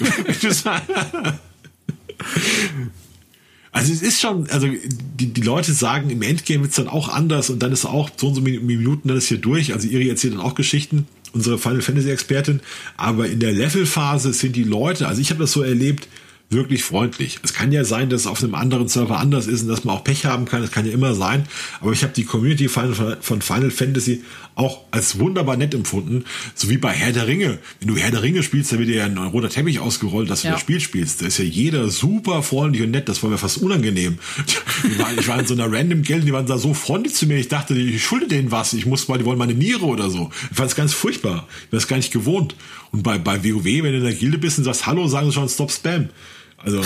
Speaker 2: Also es ist schon, also die Leute sagen, im Endgame wird's dann auch anders und dann ist auch so und so Minuten, dann ist hier durch. Also Iri erzählt dann auch Geschichten, unsere Final Fantasy Expertin. Aber in der Levelphase sind die Leute, also ich habe das so erlebt, wirklich freundlich. Es kann ja sein, dass es auf einem anderen Server anders ist und dass man auch Pech haben kann. Das kann ja immer sein. Aber ich habe die Community von Final Fantasy auch als wunderbar nett empfunden. So wie bei Herr der Ringe. Wenn du Herr der Ringe spielst, dann wird dir ja ein roter Teppich ausgerollt, dass du das Spiel spielst. Da ist ja jeder super freundlich und nett. Das war mir fast unangenehm. Ich war in so einer random Gilde, die waren da so freundlich zu mir. Ich dachte, ich schulde denen was. Die wollen meine Niere oder so. Ich fand es ganz furchtbar. Ich bin das gar nicht gewohnt. Und bei WoW, wenn du in der Gilde bist und sagst Hallo, sagen sie schon Stop Spam. Also,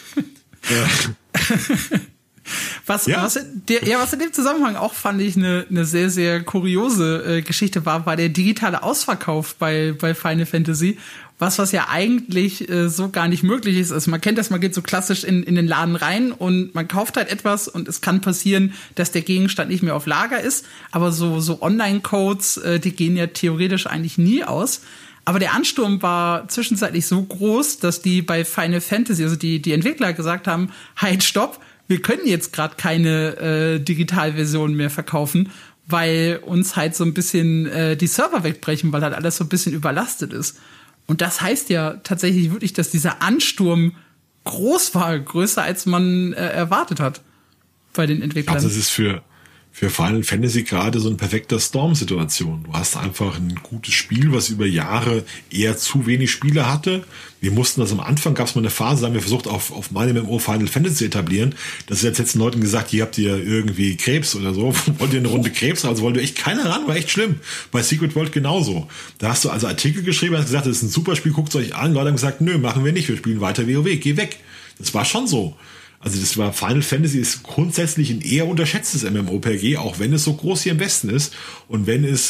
Speaker 1: was in dem Zusammenhang auch fand ich eine sehr, sehr kuriose Geschichte war der digitale Ausverkauf bei Final Fantasy. Was ja eigentlich so gar nicht möglich ist. Also man kennt das, man geht so klassisch in den Laden rein und man kauft halt etwas und es kann passieren, dass der Gegenstand nicht mehr auf Lager ist. Aber so Online-Codes, die gehen ja theoretisch eigentlich nie aus. Aber der Ansturm war zwischenzeitlich so groß, dass die bei Final Fantasy, also die Entwickler gesagt haben, halt, stopp, wir können jetzt gerade keine Digitalversion mehr verkaufen, weil uns halt so ein bisschen die Server wegbrechen, weil halt alles so ein bisschen überlastet ist. Und das heißt ja tatsächlich wirklich, dass dieser Ansturm groß war, größer als man erwartet hat bei den Entwicklern.
Speaker 2: Also das ist für Final Fantasy gerade so ein perfekter Storm-Situation. Du hast einfach ein gutes Spiel, was über Jahre eher zu wenig Spieler hatte. Wir mussten das am Anfang, gab es mal eine Phase, da haben wir versucht, auf meinem MMO Final Fantasy zu etablieren. Das ist jetzt letzten Leuten gesagt, hier habt ihr irgendwie Krebs oder so. Wollt ihr eine Runde Krebs? Also wollte echt keiner ran, war echt schlimm. Bei Secret World genauso. Da hast du also Artikel geschrieben, hast gesagt, das ist ein super Spiel, guckt es euch an. Leute haben gesagt, nö, machen wir nicht, wir spielen weiter WoW, geh weg. Das war schon so. Also das war Final Fantasy ist grundsätzlich ein eher unterschätztes MMORPG, auch wenn es so groß hier im Westen ist und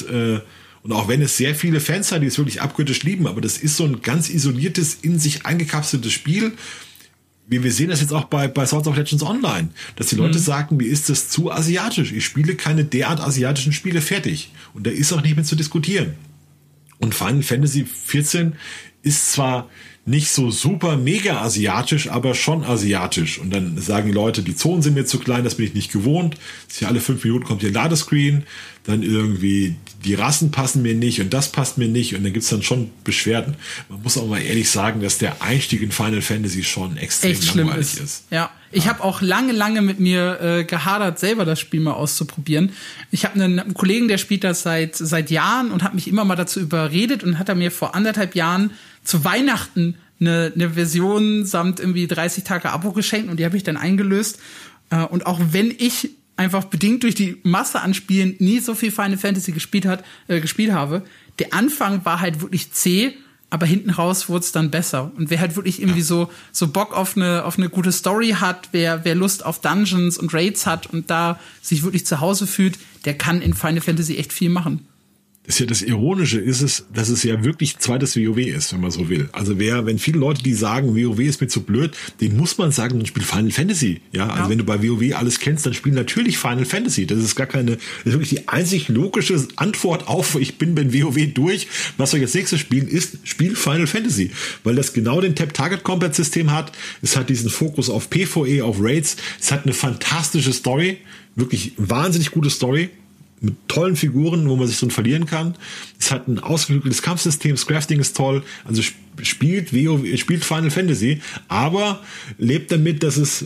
Speaker 2: auch wenn es sehr viele Fans hat, die es wirklich abgöttisch lieben, aber das ist so ein ganz isoliertes, in sich eingekapseltes Spiel. Wir sehen das jetzt auch bei Swords of Legends Online, dass die Leute sagen, mir ist das zu asiatisch. Ich spiele keine derart asiatischen Spiele, fertig. Und da ist auch nicht mehr zu diskutieren. Und Final Fantasy 14 ist zwar nicht so super mega asiatisch, aber schon asiatisch. Und dann sagen die Leute, die Zonen sind mir zu klein, das bin ich nicht gewohnt. Hier alle 5 Minuten kommt hier ein Ladescreen, dann irgendwie die Rassen passen mir nicht und das passt mir nicht und dann gibt's dann schon Beschwerden. Man muss auch mal ehrlich sagen, dass der Einstieg in Final Fantasy schon extrem langweilig ist.
Speaker 1: Ja, ich habe auch lange mit mir gehadert, selber das Spiel mal auszuprobieren. Ich habe einen Kollegen, der spielt das seit Jahren und hat mich immer mal dazu überredet und hat er mir vor 1,5 Jahren zu Weihnachten eine Version samt irgendwie 30 Tage Abo geschenkt und die habe ich dann eingelöst. Und auch wenn ich einfach bedingt durch die Masse an Spielen nie so viel Final Fantasy gespielt habe, der Anfang war halt wirklich zäh, aber hinten raus wurde es dann besser. Und wer halt wirklich irgendwie so Bock auf eine gute Story hat, wer Lust auf Dungeons und Raids hat und da sich wirklich zu Hause fühlt, der kann in Final Fantasy echt viel machen.
Speaker 2: Das ist ja das Ironische, dass es ja wirklich zweites WoW ist, wenn man so will. Also wenn viele Leute, die sagen, WoW ist mir zu blöd, denen muss man sagen, dann spiel Final Fantasy. Ja, also wenn du bei WoW alles kennst, dann spiel natürlich Final Fantasy. Das ist das ist wirklich die einzig logische Antwort auf, ich bin bei WoW durch. Was soll ich als nächstes spielen, spiel Final Fantasy. Weil das genau den Tap-Target-Combat-System hat. Es hat diesen Fokus auf PvE, auf Raids. Es hat eine fantastische Story. Wirklich wahnsinnig gute Story. Mit tollen Figuren, wo man sich drin verlieren kann. Es hat ein ausgeklügeltes Kampfsystem, das Crafting ist toll, also spielt Final Fantasy, aber lebt damit, dass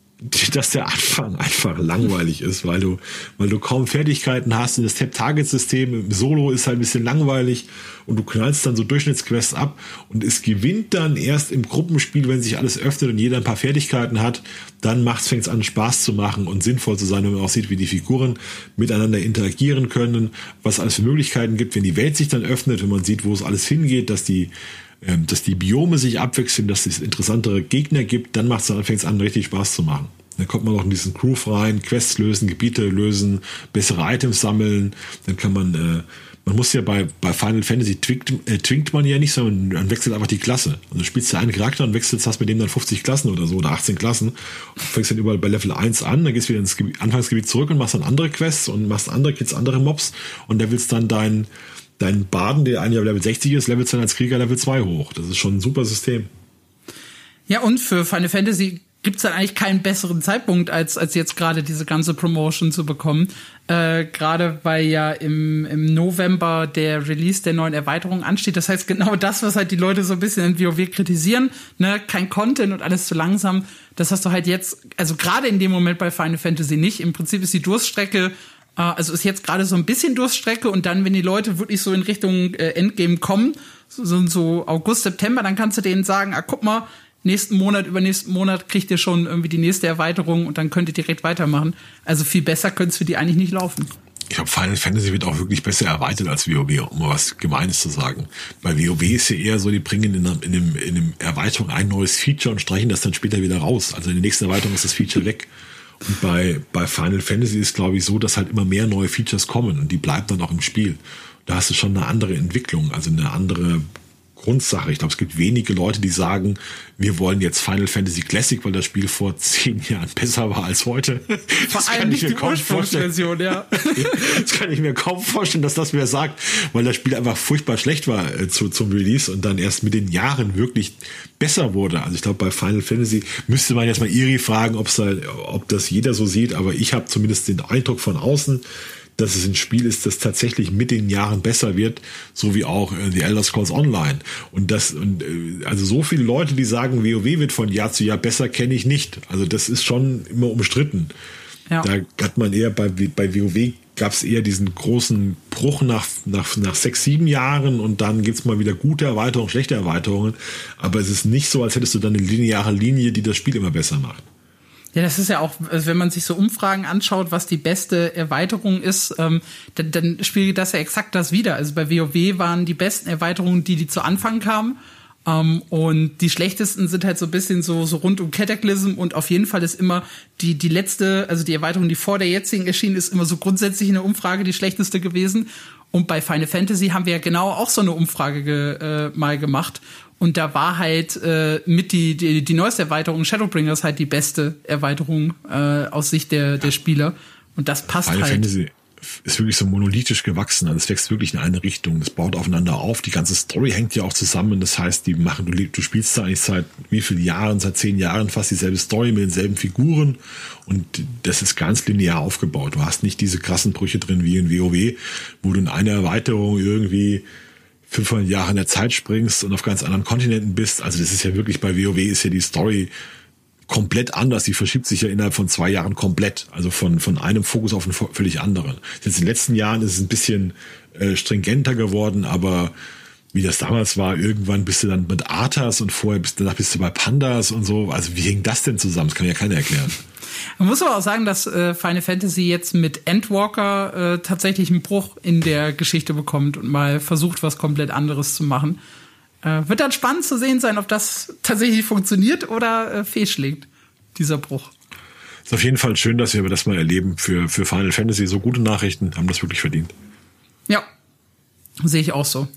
Speaker 2: der Anfang einfach langweilig ist, weil du kaum Fertigkeiten hast und das Tap-Target-System im Solo ist halt ein bisschen langweilig und du knallst dann so Durchschnittsquests ab und es gewinnt dann erst im Gruppenspiel, wenn sich alles öffnet und jeder ein paar Fertigkeiten hat, dann fängt es an Spaß zu machen und sinnvoll zu sein, wenn man auch sieht, wie die Figuren miteinander interagieren können, was es alles für Möglichkeiten gibt, wenn die Welt sich dann öffnet, wenn man sieht, wo es alles hingeht, dass die Biome sich abwechseln, dass es interessantere Gegner gibt, dann fängt es an, richtig Spaß zu machen. Dann kommt man noch in diesen Groove rein, Quests lösen, Gebiete lösen, bessere Items sammeln. Dann kann man muss ja bei Final Fantasy twinkt man ja nicht, sondern man wechselt einfach die Klasse. Also du spielst ja einen Charakter und hast mit dem dann 50 Klassen oder so oder 18 Klassen. Und fängst dann überall bei Level 1 an, dann gehst du wieder ins Anfangsgebiet zurück und machst dann andere Quests und machst andere Mobs und da willst dann deinen Baden, der eigentlich auf Level 60 ist, levelst dann als Krieger Level 2 hoch. Das ist schon ein super System.
Speaker 1: Ja, und für Final Fantasy gibt's dann eigentlich keinen besseren Zeitpunkt, als jetzt gerade diese ganze Promotion zu bekommen. Gerade weil ja im November der Release der neuen Erweiterung ansteht. Das heißt, genau das, was halt die Leute so ein bisschen in WoW kritisieren, ne, kein Content und alles zu langsam, das hast du halt jetzt, also gerade in dem Moment bei Final Fantasy nicht. Im Prinzip ist die Durststrecke, also ist jetzt gerade so ein bisschen Durststrecke und dann, wenn die Leute wirklich so in Richtung Endgame kommen, so August, September, dann kannst du denen sagen, guck mal, übernächsten Monat kriegt ihr schon irgendwie die nächste Erweiterung und dann könnt ihr direkt weitermachen. Also viel besser könnte es für die eigentlich nicht laufen.
Speaker 2: Ich glaube, Final Fantasy wird auch wirklich besser erweitert als WoW, um mal was Gemeines zu sagen. Bei WoW ist ja eher so, die bringen in einem Erweiterung ein neues Feature und streichen das dann später wieder raus. Also in der nächsten Erweiterung ist das Feature weg. Und bei Final Fantasy ist, glaube ich, so, dass halt immer mehr neue Features kommen und die bleiben dann auch im Spiel. Da hast du schon eine andere Entwicklung, also eine andere Grundsache. Ich glaube, es gibt wenige Leute, die sagen, wir wollen jetzt Final Fantasy Classic, weil das Spiel vor 10 Jahren besser war als heute.
Speaker 1: Vor allem nicht die Ursprungsversion, ja.
Speaker 2: Das kann ich mir kaum vorstellen, dass das wer sagt, weil das Spiel einfach furchtbar schlecht war zum Release und dann erst mit den Jahren wirklich besser wurde. Also ich glaube, bei Final Fantasy müsste man jetzt mal Iri fragen, ob das jeder so sieht, aber ich habe zumindest den Eindruck von außen, dass es ein Spiel ist, das tatsächlich mit den Jahren besser wird, so wie auch The Elder Scrolls Online. Also so viele Leute, die sagen, WoW wird von Jahr zu Jahr besser, kenne ich nicht. Also das ist schon immer umstritten. Ja. Da hat man eher bei WoW gab es eher diesen großen Bruch nach 6, 7 Jahren und dann gibt's mal wieder gute Erweiterungen, schlechte Erweiterungen. Aber es ist nicht so, als hättest du dann eine lineare Linie, die das Spiel immer besser macht.
Speaker 1: Ja, das ist ja auch, also wenn man sich so Umfragen anschaut, was die beste Erweiterung ist, dann spiegelt das ja exakt das wider. Also bei WoW waren die besten Erweiterungen die zu Anfang kamen. Und die schlechtesten sind halt so ein bisschen so rund um Cataclysm und auf jeden Fall ist immer die letzte, also die Erweiterung, die vor der jetzigen erschienen ist, immer so grundsätzlich in der Umfrage die schlechteste gewesen. Und bei Final Fantasy haben wir ja genau auch so eine Umfrage mal gemacht. Und da war halt mit die neueste Erweiterung Shadowbringers halt die beste Erweiterung aus Sicht der Spieler. Und das passt
Speaker 2: Final
Speaker 1: halt.
Speaker 2: Fantasy ist wirklich so monolithisch gewachsen. Also es wächst wirklich in eine Richtung. Es baut aufeinander auf. Die ganze Story hängt ja auch zusammen. Das heißt, du spielst da eigentlich seit wie vielen Jahren, seit 10 Jahren fast dieselbe Story mit denselben Figuren. Und das ist ganz linear aufgebaut. Du hast nicht diese krassen Brüche drin wie in WoW, wo du in einer Erweiterung irgendwie 500 Jahre in der Zeit springst und auf ganz anderen Kontinenten bist. Also das ist ja wirklich, bei WoW ist ja die Story komplett anders. Die verschiebt sich ja innerhalb von 2 Jahren komplett. Also von einem Fokus auf einen völlig anderen. Jetzt in den letzten Jahren ist es ein bisschen stringenter geworden, aber wie das damals war, irgendwann bist du dann mit Arthas und danach bist du bei Pandas und so. Also wie hängt das denn zusammen? Das kann ja keiner erklären.
Speaker 1: Man muss aber auch sagen, dass Final Fantasy jetzt mit Endwalker tatsächlich einen Bruch in der Geschichte bekommt und mal versucht, was komplett anderes zu machen. Wird dann spannend zu sehen sein, ob das tatsächlich funktioniert oder fehlschlägt, dieser Bruch.
Speaker 2: Ist auf jeden Fall schön, dass wir das mal erleben. Für Final Fantasy so gute Nachrichten haben das wirklich verdient.
Speaker 1: Ja, sehe ich auch so.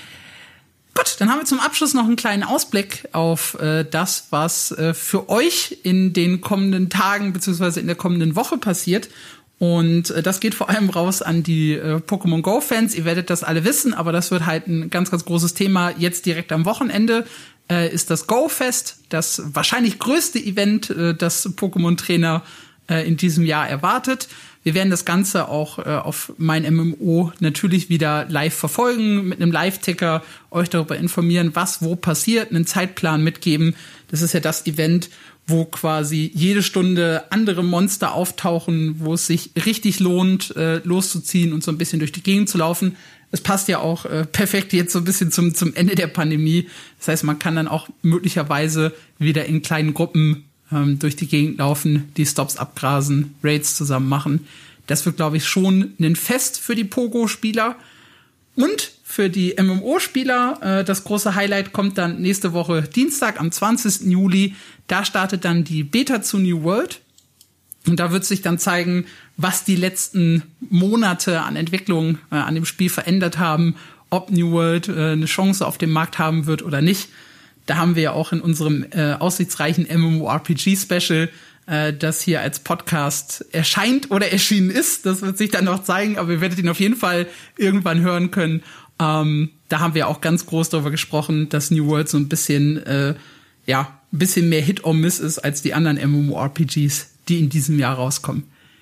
Speaker 1: Gut, dann haben wir zum Abschluss noch einen kleinen Ausblick auf das, was für euch in den kommenden Tagen beziehungsweise in der kommenden Woche passiert. Und das geht vor allem raus an die Pokémon Go-Fans. Ihr werdet das alle wissen, aber das wird halt ein ganz, ganz großes Thema. Jetzt direkt am Wochenende ist das Go-Fest, das wahrscheinlich größte Event, das Pokémon-Trainer in diesem Jahr erwartet. Wir werden das Ganze auch auf mein MMO natürlich wieder live verfolgen, mit einem Live-Ticker euch darüber informieren, was wo passiert, einen Zeitplan mitgeben. Das ist ja das Event, wo quasi jede Stunde andere Monster auftauchen, wo es sich richtig lohnt, loszuziehen und so ein bisschen durch die Gegend zu laufen. Es passt ja auch perfekt jetzt so ein bisschen zum Ende der Pandemie. Das heißt, man kann dann auch möglicherweise wieder in kleinen Gruppen durch die Gegend laufen, die Stops abgrasen, Raids zusammen machen. Das wird, glaube ich, schon ein Fest für die Pogo-Spieler. Und für die MMO-Spieler, das große Highlight kommt dann nächste Woche Dienstag am 20. Juli. Da startet dann die Beta zu New World. Und da wird sich dann zeigen, was die letzten Monate an Entwicklung an dem Spiel verändert haben, ob New World eine Chance auf dem Markt haben wird oder nicht. Da haben wir ja auch in unserem aussichtsreichen MMORPG-Special, das hier als Podcast erscheint oder erschienen ist. Das wird sich dann noch zeigen, aber ihr werdet ihn auf jeden Fall irgendwann hören können. Da haben wir auch ganz groß darüber gesprochen, dass New World so ein bisschen, ein bisschen mehr Hit or Miss ist als die anderen MMORPGs, die in diesem Jahr rauskommen.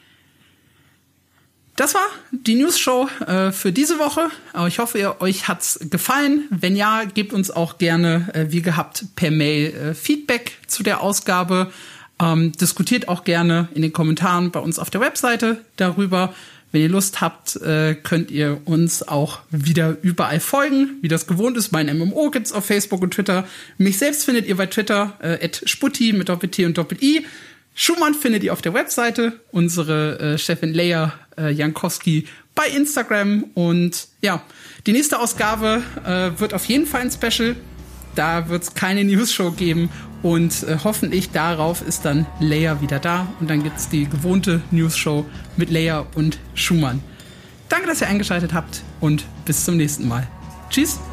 Speaker 1: Das war die News-Show für diese Woche. Ich hoffe, euch hat's gefallen. Wenn ja, gebt uns auch gerne, wie gehabt, per Mail Feedback zu der Ausgabe. Diskutiert auch gerne in den Kommentaren bei uns auf der Webseite darüber. Wenn ihr Lust habt, könnt ihr uns auch wieder überall folgen, wie das gewohnt ist. Mein MMO gibt's auf Facebook und Twitter. Mich selbst findet ihr bei Twitter @sputti mit Doppel-T und Doppel-I. Schumann findet ihr auf der Webseite, unsere Chefin Leia Jankowski bei Instagram. Und ja, die nächste Ausgabe wird auf jeden Fall ein Special. Da wird es keine News-Show geben und hoffentlich darauf ist dann Leia wieder da. Und dann gibt's die gewohnte News-Show mit Leia und Schumann. Danke, dass ihr eingeschaltet habt und bis zum nächsten Mal. Tschüss!